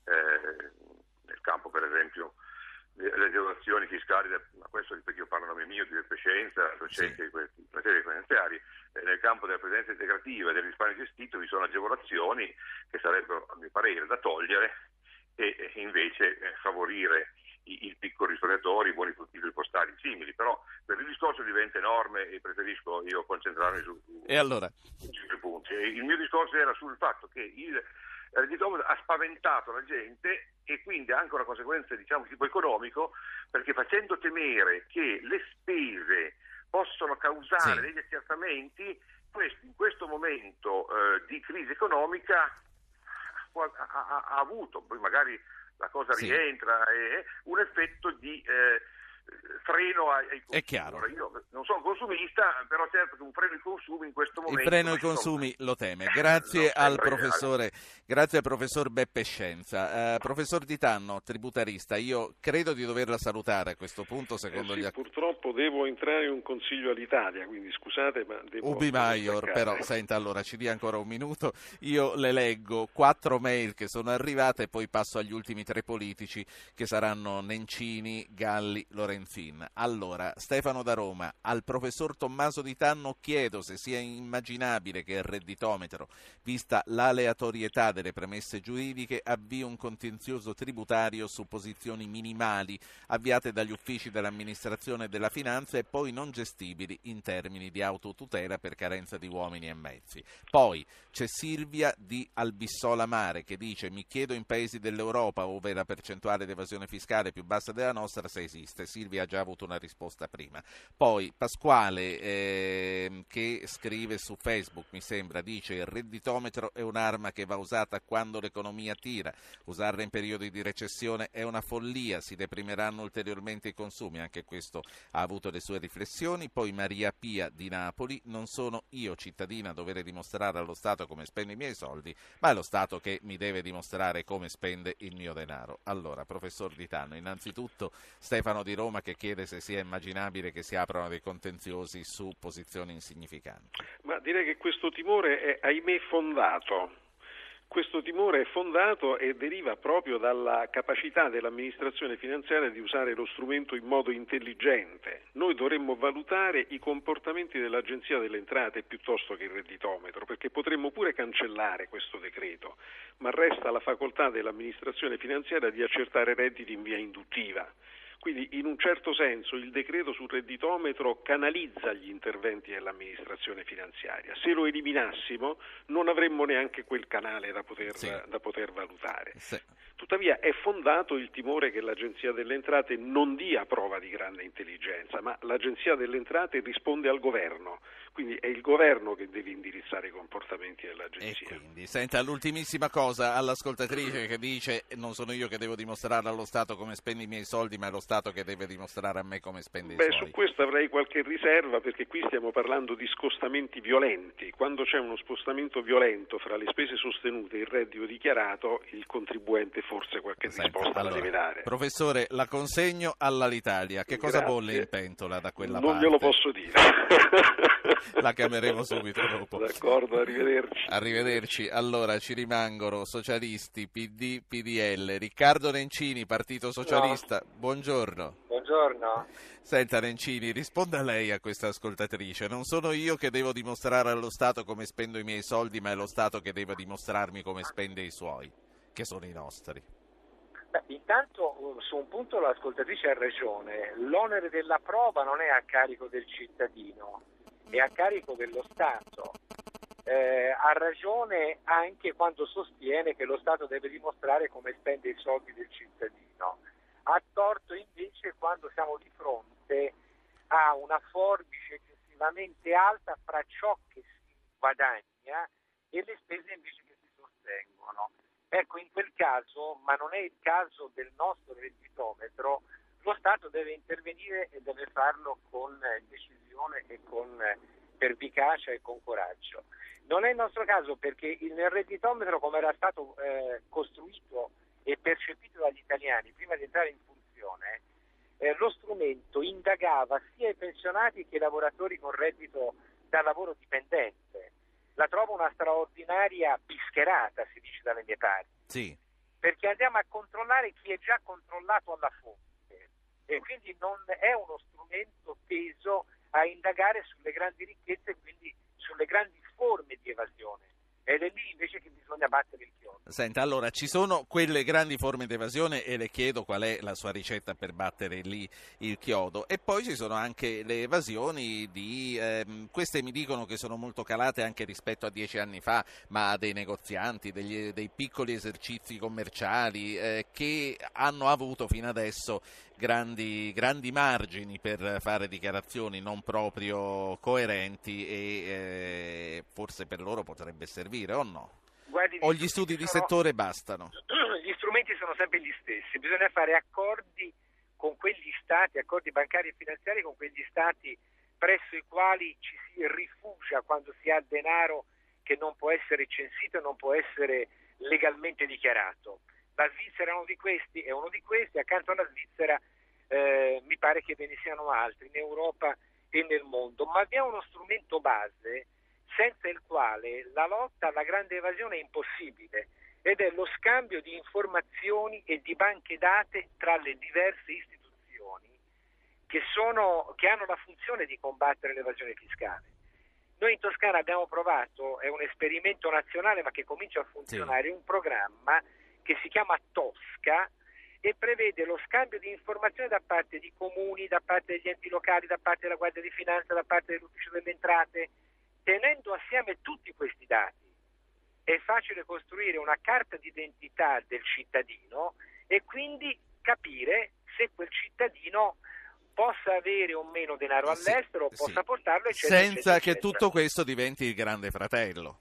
[SPEAKER 14] nel campo per esempio delle agevolazioni fiscali, ma questo ripeto, io parlo a nome mio di Beppe Scienza, docente di materie finanziarie. Nel campo della previdenza integrativa e del risparmio gestito vi sono agevolazioni che sarebbero a mio parere da togliere e invece favorire i piccoli risparmiatori, i buoni fruttibili postali simili, però per il discorso diventa enorme e preferisco io concentrarmi su 5 punti. Il mio discorso era sul fatto che il reddito ha spaventato la gente e quindi ha anche una conseguenza diciamo tipo economico, perché facendo temere che le spese possono causare degli accertamenti, in questo momento di crisi economica ha avuto, poi magari la cosa rientra, un effetto di freno ai consumi.
[SPEAKER 2] È chiaro.
[SPEAKER 14] Ora, io non sono consumista, però certo che un freno ai consumi in questo momento...
[SPEAKER 2] Il freno ai consumi lo teme. Grazie al professor Beppe Scienza. Professor Di Tanno, tributarista, io credo di doverla salutare a questo punto, secondo gli...
[SPEAKER 4] Purtroppo devo entrare in un consiglio all'Italia, quindi scusate, ma devo...
[SPEAKER 2] Ubi Maior, però, senta, allora, ci dia ancora un minuto, io le leggo 4 mail che sono arrivate e poi passo agli ultimi 3 politici che saranno Nencini, Galli, Lorenzin. Allora, Stefano da Roma, al professor Tommaso Di Tanno chiedo se sia immaginabile che il redditometro, vista l'aleatorietà delle premesse giuridiche, avvii un contenzioso tributario su posizioni minimali avviate dagli uffici dell'amministrazione e della finanza e poi non gestibili in termini di autotutela per carenza di uomini e mezzi. Poi c'è Silvia di Albissola Mare che dice: mi chiedo in paesi dell'Europa ove la percentuale di evasione fiscale è più bassa della nostra se esiste. Silvia ha già avuto una risposta prima. Poi Pasquale che scrive su Facebook, mi sembra, dice: il redditometro è un'arma che va usata quando l'economia tira, usarla in periodi di recessione è una follia, si deprimeranno ulteriormente i consumi. Anche questo ha avuto le sue riflessioni. Poi Maria Pia di Napoli: non sono io cittadina a dover dimostrare allo Stato come spendo i miei soldi, ma è lo Stato che mi deve dimostrare come spende il mio denaro. Allora, professor Di Tanno, innanzitutto Stefano di Roma che chiede se sia immaginabile che si aprano dei contenziosi su posizioni insignificanti.
[SPEAKER 4] Ma direi che questo timore è, ahimè, fondato. Questo timore è fondato e deriva proprio dalla capacità dell'amministrazione finanziaria di usare lo strumento in modo intelligente. Noi dovremmo valutare i comportamenti dell'Agenzia delle Entrate piuttosto che il redditometro, perché potremmo pure cancellare questo decreto, ma resta la facoltà dell'amministrazione finanziaria di accertare redditi in via induttiva. Quindi in un certo senso il decreto sul redditometro canalizza gli interventi dell'amministrazione finanziaria. Se lo eliminassimo non avremmo neanche quel canale da poter valutare. Sì. Tuttavia è fondato il timore che l'Agenzia delle Entrate non dia prova di grande intelligenza, ma l'Agenzia delle Entrate risponde al governo, quindi è il governo che deve indirizzare i comportamenti dell'Agenzia.
[SPEAKER 2] E quindi, senta, l'ultimissima cosa all'ascoltatrice che dice: non sono io che devo dimostrare allo Stato come spendo i miei soldi, ma è lo Stato che deve dimostrare a me come spende i suoi.
[SPEAKER 4] Su questo avrei qualche riserva, perché qui stiamo parlando di scostamenti violenti. Quando c'è uno spostamento violento fra le spese sostenute e il reddito dichiarato, il contribuente forse qualche risposta la deve dare.
[SPEAKER 2] Professore, la consegno all'Alitalia. Che cosa bolle in pentola da quella parte?
[SPEAKER 4] Non glielo posso dire.
[SPEAKER 2] La chiameremo subito dopo.
[SPEAKER 4] D'accordo, arrivederci.
[SPEAKER 2] Arrivederci. Allora ci rimangono socialisti, PD, PDL. Riccardo Nencini, Partito Socialista. No. Buongiorno.
[SPEAKER 15] Buongiorno.
[SPEAKER 2] Senta Nencini, risponda lei a questa ascoltatrice. Non sono io che devo dimostrare allo Stato come spendo i miei soldi, ma è lo Stato che deve dimostrarmi come spende i suoi, che sono i nostri.
[SPEAKER 15] Intanto su un punto l'ascoltatrice ha ragione. L'onere della prova non è a carico del cittadino, è a carico dello Stato. Ha ragione anche quando sostiene che lo Stato deve dimostrare come spende i soldi del cittadino. Ha torto invece quando siamo di fronte a una forbice eccessivamente alta fra ciò che si guadagna e le spese invece che si sostengono. Ecco, in quel caso, ma non è il caso del nostro redditometro, lo Stato deve intervenire e deve farlo con decisione e con pervicacia e con coraggio. Non è il nostro caso perché nel redditometro, come era stato costruito e percepito dagli italiani prima di entrare in funzione, lo strumento indagava sia i pensionati che i lavoratori con reddito da lavoro dipendente. La trovo una straordinaria bischerata, si dice dalle mie parti.
[SPEAKER 2] Sì.
[SPEAKER 15] Perché andiamo a controllare chi è già controllato alla fonte e quindi non è uno strumento teso a indagare sulle grandi ricchezze e quindi sulle grandi forme di evasione. Ed è lì invece che bisogna battere il chiodo.
[SPEAKER 2] Senta, allora ci sono quelle grandi forme di evasione e le chiedo qual è la sua ricetta per battere lì il chiodo, e poi ci sono anche le evasioni di queste mi dicono che sono molto calate anche rispetto a 10 anni fa, ma dei negozianti, dei piccoli esercizi commerciali che hanno avuto fino adesso grandi margini per fare dichiarazioni non proprio coerenti e forse per loro potrebbe servire o no?
[SPEAKER 15] Guardi,
[SPEAKER 2] o gli studi di settore bastano?
[SPEAKER 15] Gli strumenti sono sempre gli stessi, bisogna fare accordi con quegli stati, accordi bancari e finanziari con quegli stati presso i quali ci si rifugia quando si ha denaro che non può essere censito e non può essere legalmente dichiarato. La Svizzera è uno di questi, accanto alla Svizzera mi pare che ve ne siano altri in Europa e nel mondo, ma abbiamo uno strumento base senza il quale la lotta alla grande evasione è impossibile, ed è lo scambio di informazioni e di banche date tra le diverse istituzioni che hanno la funzione di combattere l'evasione fiscale. Noi in Toscana abbiamo provato, è un esperimento nazionale ma che comincia a funzionare, un programma che si chiama Tosca e prevede lo scambio di informazioni da parte di comuni, da parte degli enti locali, da parte della Guardia di Finanza, da parte dell'Ufficio delle Entrate. Tenendo assieme tutti questi dati è facile costruire una carta d'identità del cittadino e quindi capire se quel cittadino possa avere o meno denaro all'estero, possa portarlo, eccetera.
[SPEAKER 2] Senza che tutto questo diventi il grande fratello.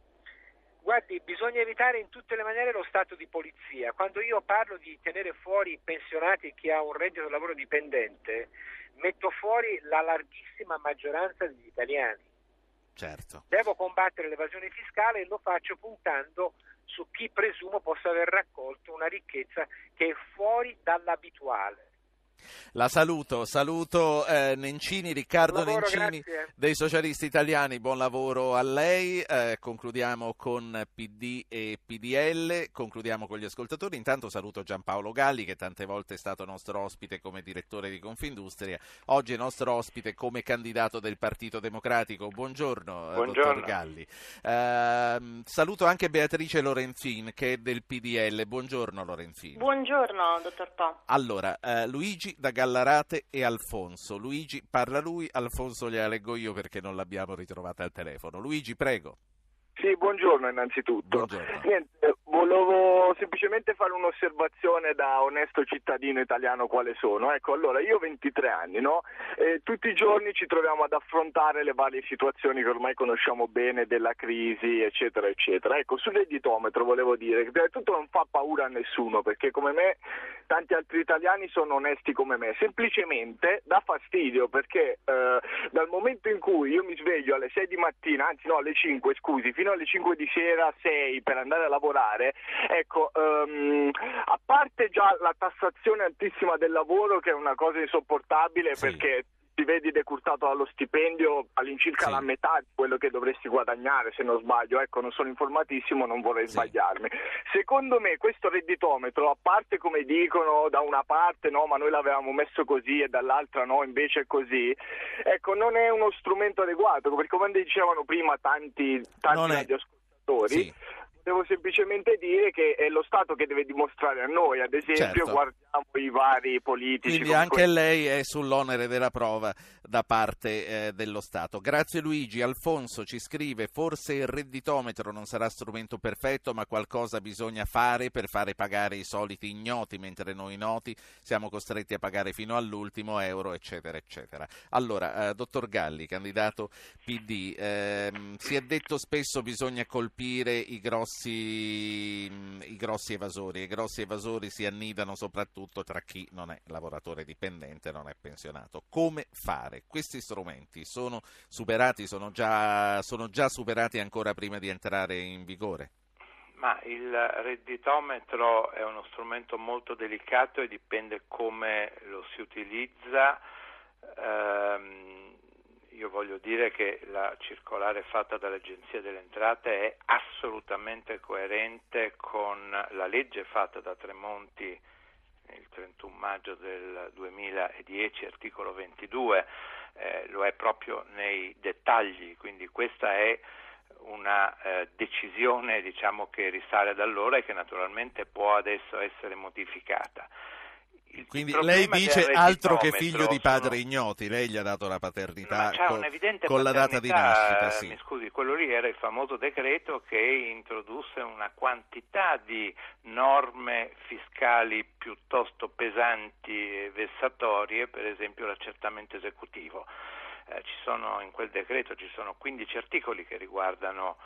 [SPEAKER 15] Guardi, bisogna evitare in tutte le maniere lo stato di polizia. Quando io parlo di tenere fuori i pensionati e chi ha un reddito da lavoro dipendente, metto fuori la larghissima maggioranza degli italiani.
[SPEAKER 2] Certo.
[SPEAKER 15] Devo combattere l'evasione fiscale e lo faccio puntando su chi presumo possa aver raccolto una ricchezza che è fuori dall'abituale.
[SPEAKER 2] La saluto Nencini, Riccardo Nencini,
[SPEAKER 15] grazie.
[SPEAKER 2] Dei Socialisti Italiani, buon lavoro a lei. Concludiamo con PD e PDL, concludiamo con gli ascoltatori. Intanto saluto Giampaolo Galli, che tante volte è stato nostro ospite come direttore di Confindustria, oggi è nostro ospite come candidato del Partito Democratico. Buongiorno. Dottor Galli. Saluto anche Beatrice Lorenzin, che è del PDL. Buongiorno Lorenzin.
[SPEAKER 16] Buongiorno dottor Po.
[SPEAKER 2] Allora, Luigi Luigi da Gallarate e Alfonso. Luigi parla lui, Alfonso gliela leggo io perché non l'abbiamo ritrovata al telefono. Luigi, prego.
[SPEAKER 16] Sì, buongiorno innanzitutto.
[SPEAKER 2] Buongiorno.
[SPEAKER 16] Niente, volevo semplicemente fare un'osservazione da onesto cittadino italiano quale sono. Ecco, allora, io ho 23 anni, no? Tutti i giorni ci troviamo ad affrontare le varie situazioni che ormai conosciamo bene, della crisi, eccetera, eccetera. Ecco, sul redditometro volevo dire che prima di tutto non fa paura a nessuno, perché come me tanti altri italiani sono onesti come me. Semplicemente dà fastidio, perché dal momento in cui io mi sveglio alle 6 di mattina, anzi no, alle 5, scusi, fino alle 5 di sera, 6 per andare a lavorare, ecco, a parte già la tassazione altissima del lavoro, che è una cosa insopportabile, sì, perché ti vedi decurtato dallo stipendio all'incirca la metà di quello che dovresti guadagnare, se non sbaglio. Ecco, non sono informatissimo, non vorrei sbagliarmi. Secondo me questo redditometro, a parte come dicono da una parte no, ma noi l'avevamo messo così e dall'altra no, invece è così, ecco, non è uno strumento adeguato, perché come dicevano prima tanti radioascoltatori, devo semplicemente dire che è lo Stato che deve dimostrare a noi, ad esempio, guardiamo i vari politici.
[SPEAKER 2] Quindi anche lei è sull'onere della prova da parte dello Stato. Grazie Luigi. Alfonso ci scrive: forse il redditometro non sarà strumento perfetto, ma qualcosa bisogna fare per fare pagare i soliti ignoti, mentre noi noti siamo costretti a pagare fino all'ultimo euro, eccetera, eccetera. Allora, dottor Galli, candidato PD, si è detto spesso bisogna colpire i grossi evasori. I grossi evasori si annidano soprattutto tra chi non è lavoratore dipendente, non è pensionato. Come fare? Questi strumenti sono superati, sono già superati ancora prima di entrare in vigore?
[SPEAKER 17] Ma il redditometro è uno strumento molto delicato e dipende come lo si utilizza. Io voglio dire che la circolare fatta dall'Agenzia delle Entrate è assolutamente coerente con la legge fatta da Tremonti il 31 maggio del 2010, articolo 22, lo è proprio nei dettagli, quindi questa è una decisione, diciamo, che risale ad allora e che naturalmente può adesso essere modificata.
[SPEAKER 2] Quindi lei dice altro che figlio di padre ignoti, lei gli ha dato la paternità con la data di nascita. Sì.
[SPEAKER 17] Mi scusi, quello lì era il famoso decreto che introdusse una quantità di norme fiscali piuttosto pesanti e vessatorie, per esempio l'accertamento esecutivo. In quel decreto ci sono 15 articoli che riguardano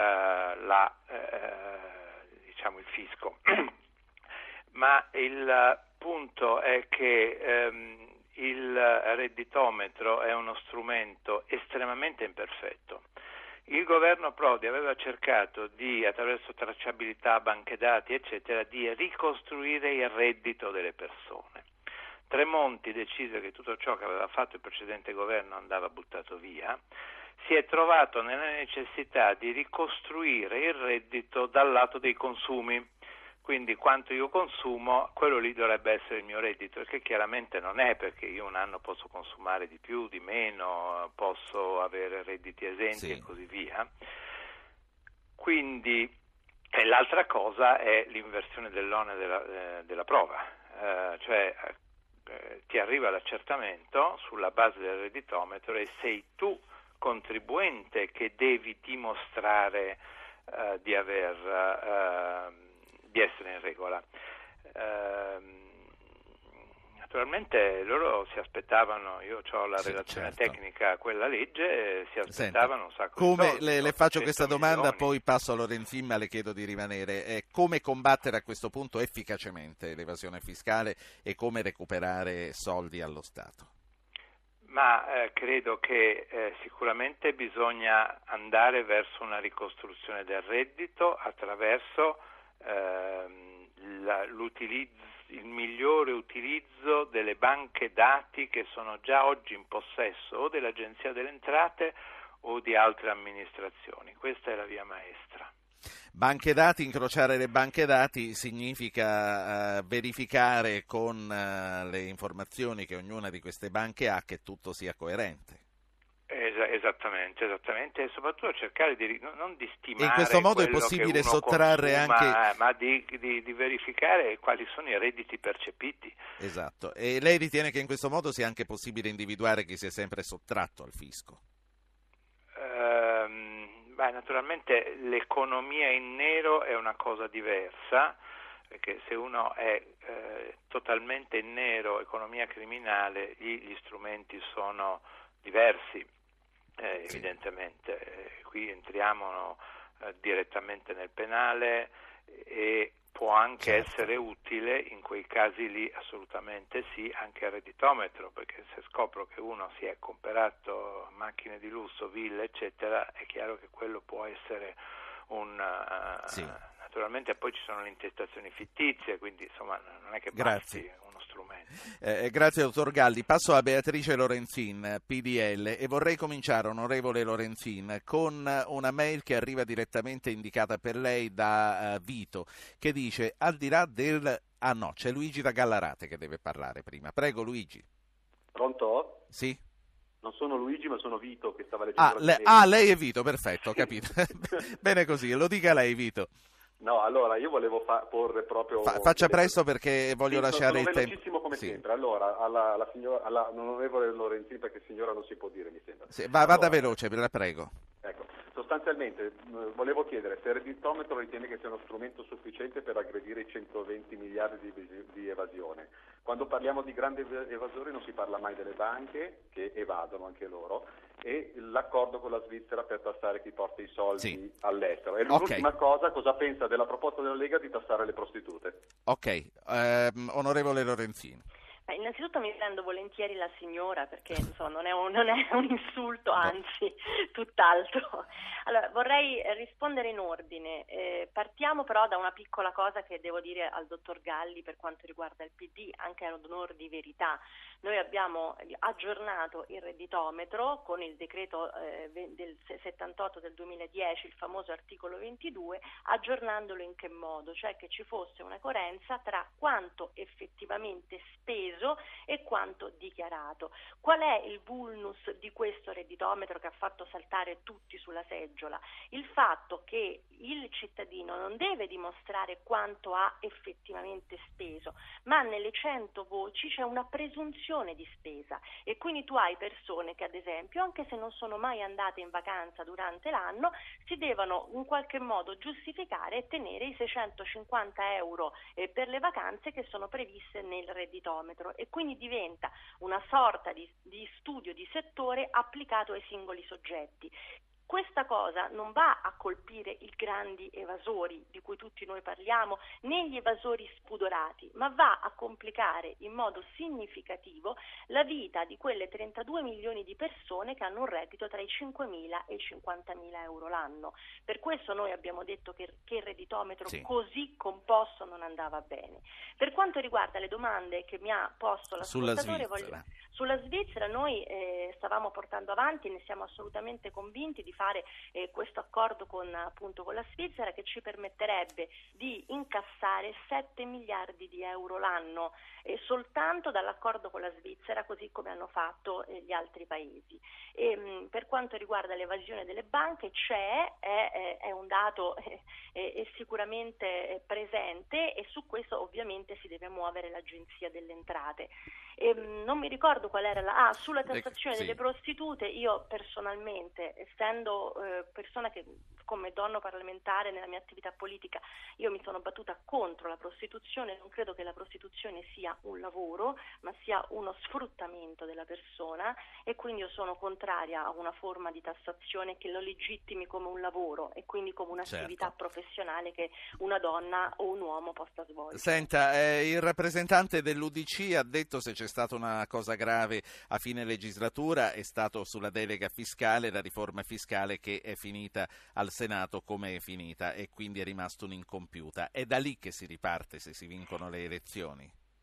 [SPEAKER 17] il fisco. Ma il punto è che il redditometro è uno strumento estremamente imperfetto. Il governo Prodi aveva cercato di, attraverso tracciabilità, banche dati, eccetera, di ricostruire il reddito delle persone. Tremonti decise che tutto ciò che aveva fatto il precedente governo andava buttato via. Si è trovato nella necessità di ricostruire il reddito dal lato dei consumi. Quindi quanto io consumo, quello lì dovrebbe essere il mio reddito, che chiaramente non è, perché io un anno posso consumare di più, di meno, posso avere redditi esenti e così via. Quindi, e l'altra cosa è l'inversione dell'onere della prova, ti arriva l'accertamento sulla base del redditometro e sei tu, contribuente, che devi dimostrare di essere in regola. Naturalmente loro si aspettavano, io ho la relazione tecnica a quella legge, si aspettavano un sacco di soldi.
[SPEAKER 2] Le faccio questa domanda, poi passo a Lorenzin, ma le chiedo di rimanere. Come combattere a questo punto efficacemente l'evasione fiscale e come recuperare soldi allo Stato?
[SPEAKER 17] Ma credo che sicuramente bisogna andare verso una ricostruzione del reddito attraverso il migliore utilizzo delle banche dati che sono già oggi in possesso o dell'Agenzia delle Entrate o di altre amministrazioni. Questa è la via maestra.
[SPEAKER 2] Banche dati, incrociare le banche dati significa verificare con le informazioni che ognuna di queste banche ha che tutto sia coerente.
[SPEAKER 17] esattamente, e soprattutto cercare non di stimare.
[SPEAKER 2] E in questo modo è possibile sottrarre
[SPEAKER 17] consuma, ma di verificare quali sono i redditi percepiti.
[SPEAKER 2] Esatto. E lei ritiene che in questo modo sia anche possibile individuare chi si è sempre sottratto al fisco?
[SPEAKER 17] Naturalmente l'economia in nero è una cosa diversa, perché se uno è totalmente in nero, economia criminale, gli strumenti sono diversi, evidentemente. Qui entriamo direttamente nel penale e può anche essere utile in quei casi lì, assolutamente sì, anche il redditometro, perché se scopro che uno si è comprato macchine di lusso, ville, eccetera, è chiaro che quello può essere naturalmente poi ci sono le intestazioni fittizie, quindi insomma non è che basti uno strumento.
[SPEAKER 2] Grazie dottor Galli. Passo a Beatrice Lorenzin, PDL, e vorrei cominciare, onorevole Lorenzin, con una mail che arriva direttamente indicata per lei da Vito, che dice: al di là del... c'è Luigi da Gallarate che deve parlare prima. Prego Luigi.
[SPEAKER 18] Pronto?
[SPEAKER 2] Sì.
[SPEAKER 18] Non sono Luigi, ma sono Vito che stava leggendo
[SPEAKER 2] lei è Vito, perfetto, ho capito. Bene così, lo dica lei Vito.
[SPEAKER 18] No, allora io volevo porre proprio...
[SPEAKER 2] Faccia presto perché voglio lasciare il tempo.
[SPEAKER 18] Sono velocissimo come sempre. Allora, all'onorevole Lorenzin, perché signora non si può dire, mi sembra.
[SPEAKER 2] Vada veloce, la prego.
[SPEAKER 18] Ecco, sostanzialmente volevo chiedere se il redditometro ritiene che sia uno strumento sufficiente per aggredire i 120 miliardi di evasione. Quando parliamo di grandi evasori non si parla mai delle banche, che evadono anche loro, e l'accordo con la Svizzera per tassare chi porta i soldi all'estero. E l'ultima cosa pensa della proposta della Lega di tassare le prostitute?
[SPEAKER 2] Onorevole Lorenzin.
[SPEAKER 19] Innanzitutto mi prendo volentieri la signora, perché insomma, non è un insulto, anzi tutt'altro. Allora, vorrei rispondere in ordine. Partiamo però da una piccola cosa che devo dire al dottor Galli per quanto riguarda il PD, anche ad onor di verità. Noi abbiamo aggiornato il redditometro con il decreto del 78 del 2010, il famoso articolo 22, aggiornandolo in che modo? Cioè che ci fosse una coerenza tra quanto effettivamente speso e quanto dichiarato. Qual è il vulnus di questo redditometro che ha fatto saltare tutti sulla seggiola? Il fatto che il cittadino non deve dimostrare quanto ha effettivamente speso, ma nelle 100 voci c'è una presunzione di spesa, e quindi tu hai persone che ad esempio, anche se non sono mai andate in vacanza durante l'anno, si devono in qualche modo giustificare e tenere i 650 euro per le vacanze che sono previste nel redditometro, e quindi diventa una sorta di studio di settore applicato ai singoli soggetti. Questa cosa non va a colpire i grandi evasori di cui tutti noi parliamo, né gli evasori spudorati, ma va a complicare in modo significativo la vita di quelle 32 milioni di persone che hanno un reddito tra i 5.000 e i 50.000 euro l'anno. Per questo noi abbiamo detto che il redditometro così composto non andava bene. Per quanto riguarda le domande che mi ha posto l'ascoltatore, sulla Svizzera noi stavamo portando avanti e ne siamo assolutamente convinti di fare questo accordo con la Svizzera, che ci permetterebbe di incassare 7 miliardi di euro l'anno soltanto dall'accordo con la Svizzera, così come hanno fatto gli altri paesi. Per quanto riguarda l'evasione delle banche è un dato sicuramente presente, e su questo ovviamente si deve muovere l'Agenzia delle Entrate. Non mi ricordo qual era sulla tassazione delle prostitute. Io personalmente, essendo persona che come donna parlamentare nella mia attività politica, io mi sono battuta contro la prostituzione. Non credo che la prostituzione sia un lavoro, ma sia uno sfruttamento della persona, e quindi io sono contraria a una forma di tassazione che lo legittimi come un lavoro e quindi come un'attività professionale che una donna o un uomo possa svolgere.
[SPEAKER 2] Senta, il rappresentante dell'UDC ha detto, se c'è stata una cosa grave a fine legislatura, è stato sulla delega fiscale, la riforma fiscale che è finita al Senato come è finita, e quindi è rimasto un'incompiuta. È da lì che si riparte se si vincono le elezioni?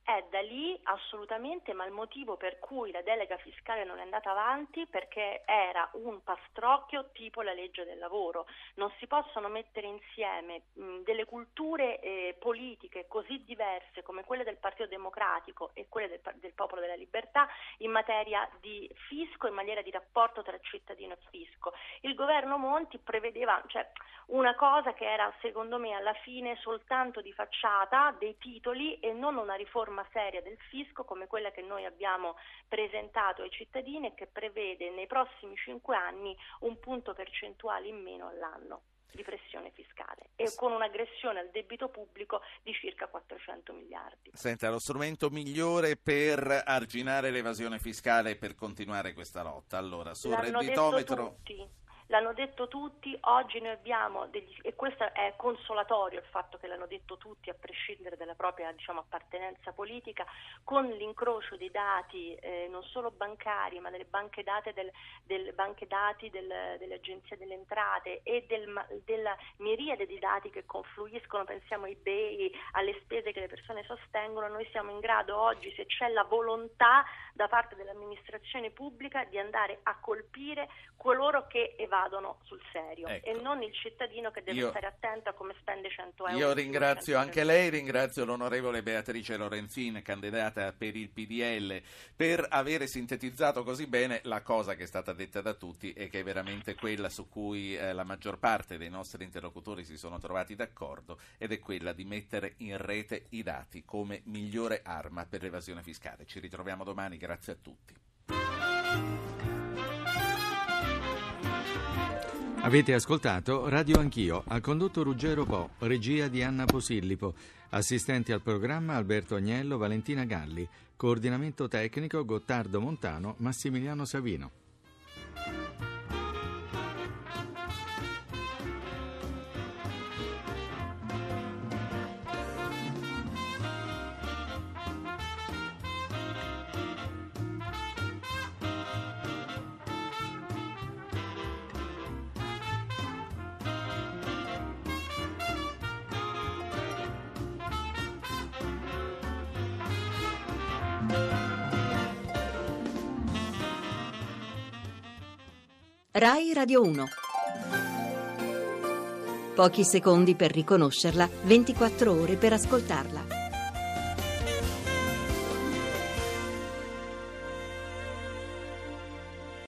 [SPEAKER 19] è da lì assolutamente, ma il motivo per cui la delega fiscale non è andata avanti perché era un pastrocchio tipo la legge del lavoro. Non si possono mettere insieme delle culture politiche così diverse come quelle del Partito Democratico e quelle del Popolo della Libertà in materia di fisco, in materia di rapporto tra cittadino e fisco. Il governo Monti prevedeva una cosa che era secondo me alla fine soltanto di facciata, dei titoli, e non una riforma seria del fisco come quella che noi abbiamo presentato ai cittadini e che prevede nei prossimi 5 anni un punto percentuale in meno all'anno di pressione fiscale e con un'aggressione al debito pubblico di circa 400 miliardi.
[SPEAKER 2] Senta, lo strumento migliore per arginare l'evasione fiscale e per continuare questa lotta. Allora, sul redditometro...
[SPEAKER 19] L'hanno detto tutti, oggi noi abbiamo e questo è consolatorio il fatto che l'hanno detto tutti a prescindere dalla propria appartenenza politica, con l'incrocio dei dati non solo bancari ma delle banche dati delle agenzie delle entrate e della miriade di dati che confluiscono, pensiamo ai BEI, alle spese che le persone sostengono. Noi siamo in grado oggi, se c'è la volontà da parte dell'amministrazione pubblica, di andare a colpire coloro che evadono sul serio, ecco, e non il cittadino che deve stare attento a come spende 100 euro.
[SPEAKER 2] Io ringrazio anche lei, ringrazio l'onorevole Beatrice Lorenzin, candidata per il PDL, per avere sintetizzato così bene la cosa che è stata detta da tutti e che è veramente quella su cui la maggior parte dei nostri interlocutori si sono trovati d'accordo, ed è quella di mettere in rete i dati come migliore arma per l'evasione fiscale. Ci ritroviamo domani, grazie a tutti.
[SPEAKER 20] Avete ascoltato Radio Anch'io, ha condotto Ruggero Po, regia di Anna Posillipo, assistenti al programma Alberto Agnello, Valentina Galli, coordinamento tecnico Gottardo Montano, Massimiliano Savino.
[SPEAKER 1] Rai Radio 1. Pochi secondi per riconoscerla, 24 ore per ascoltarla.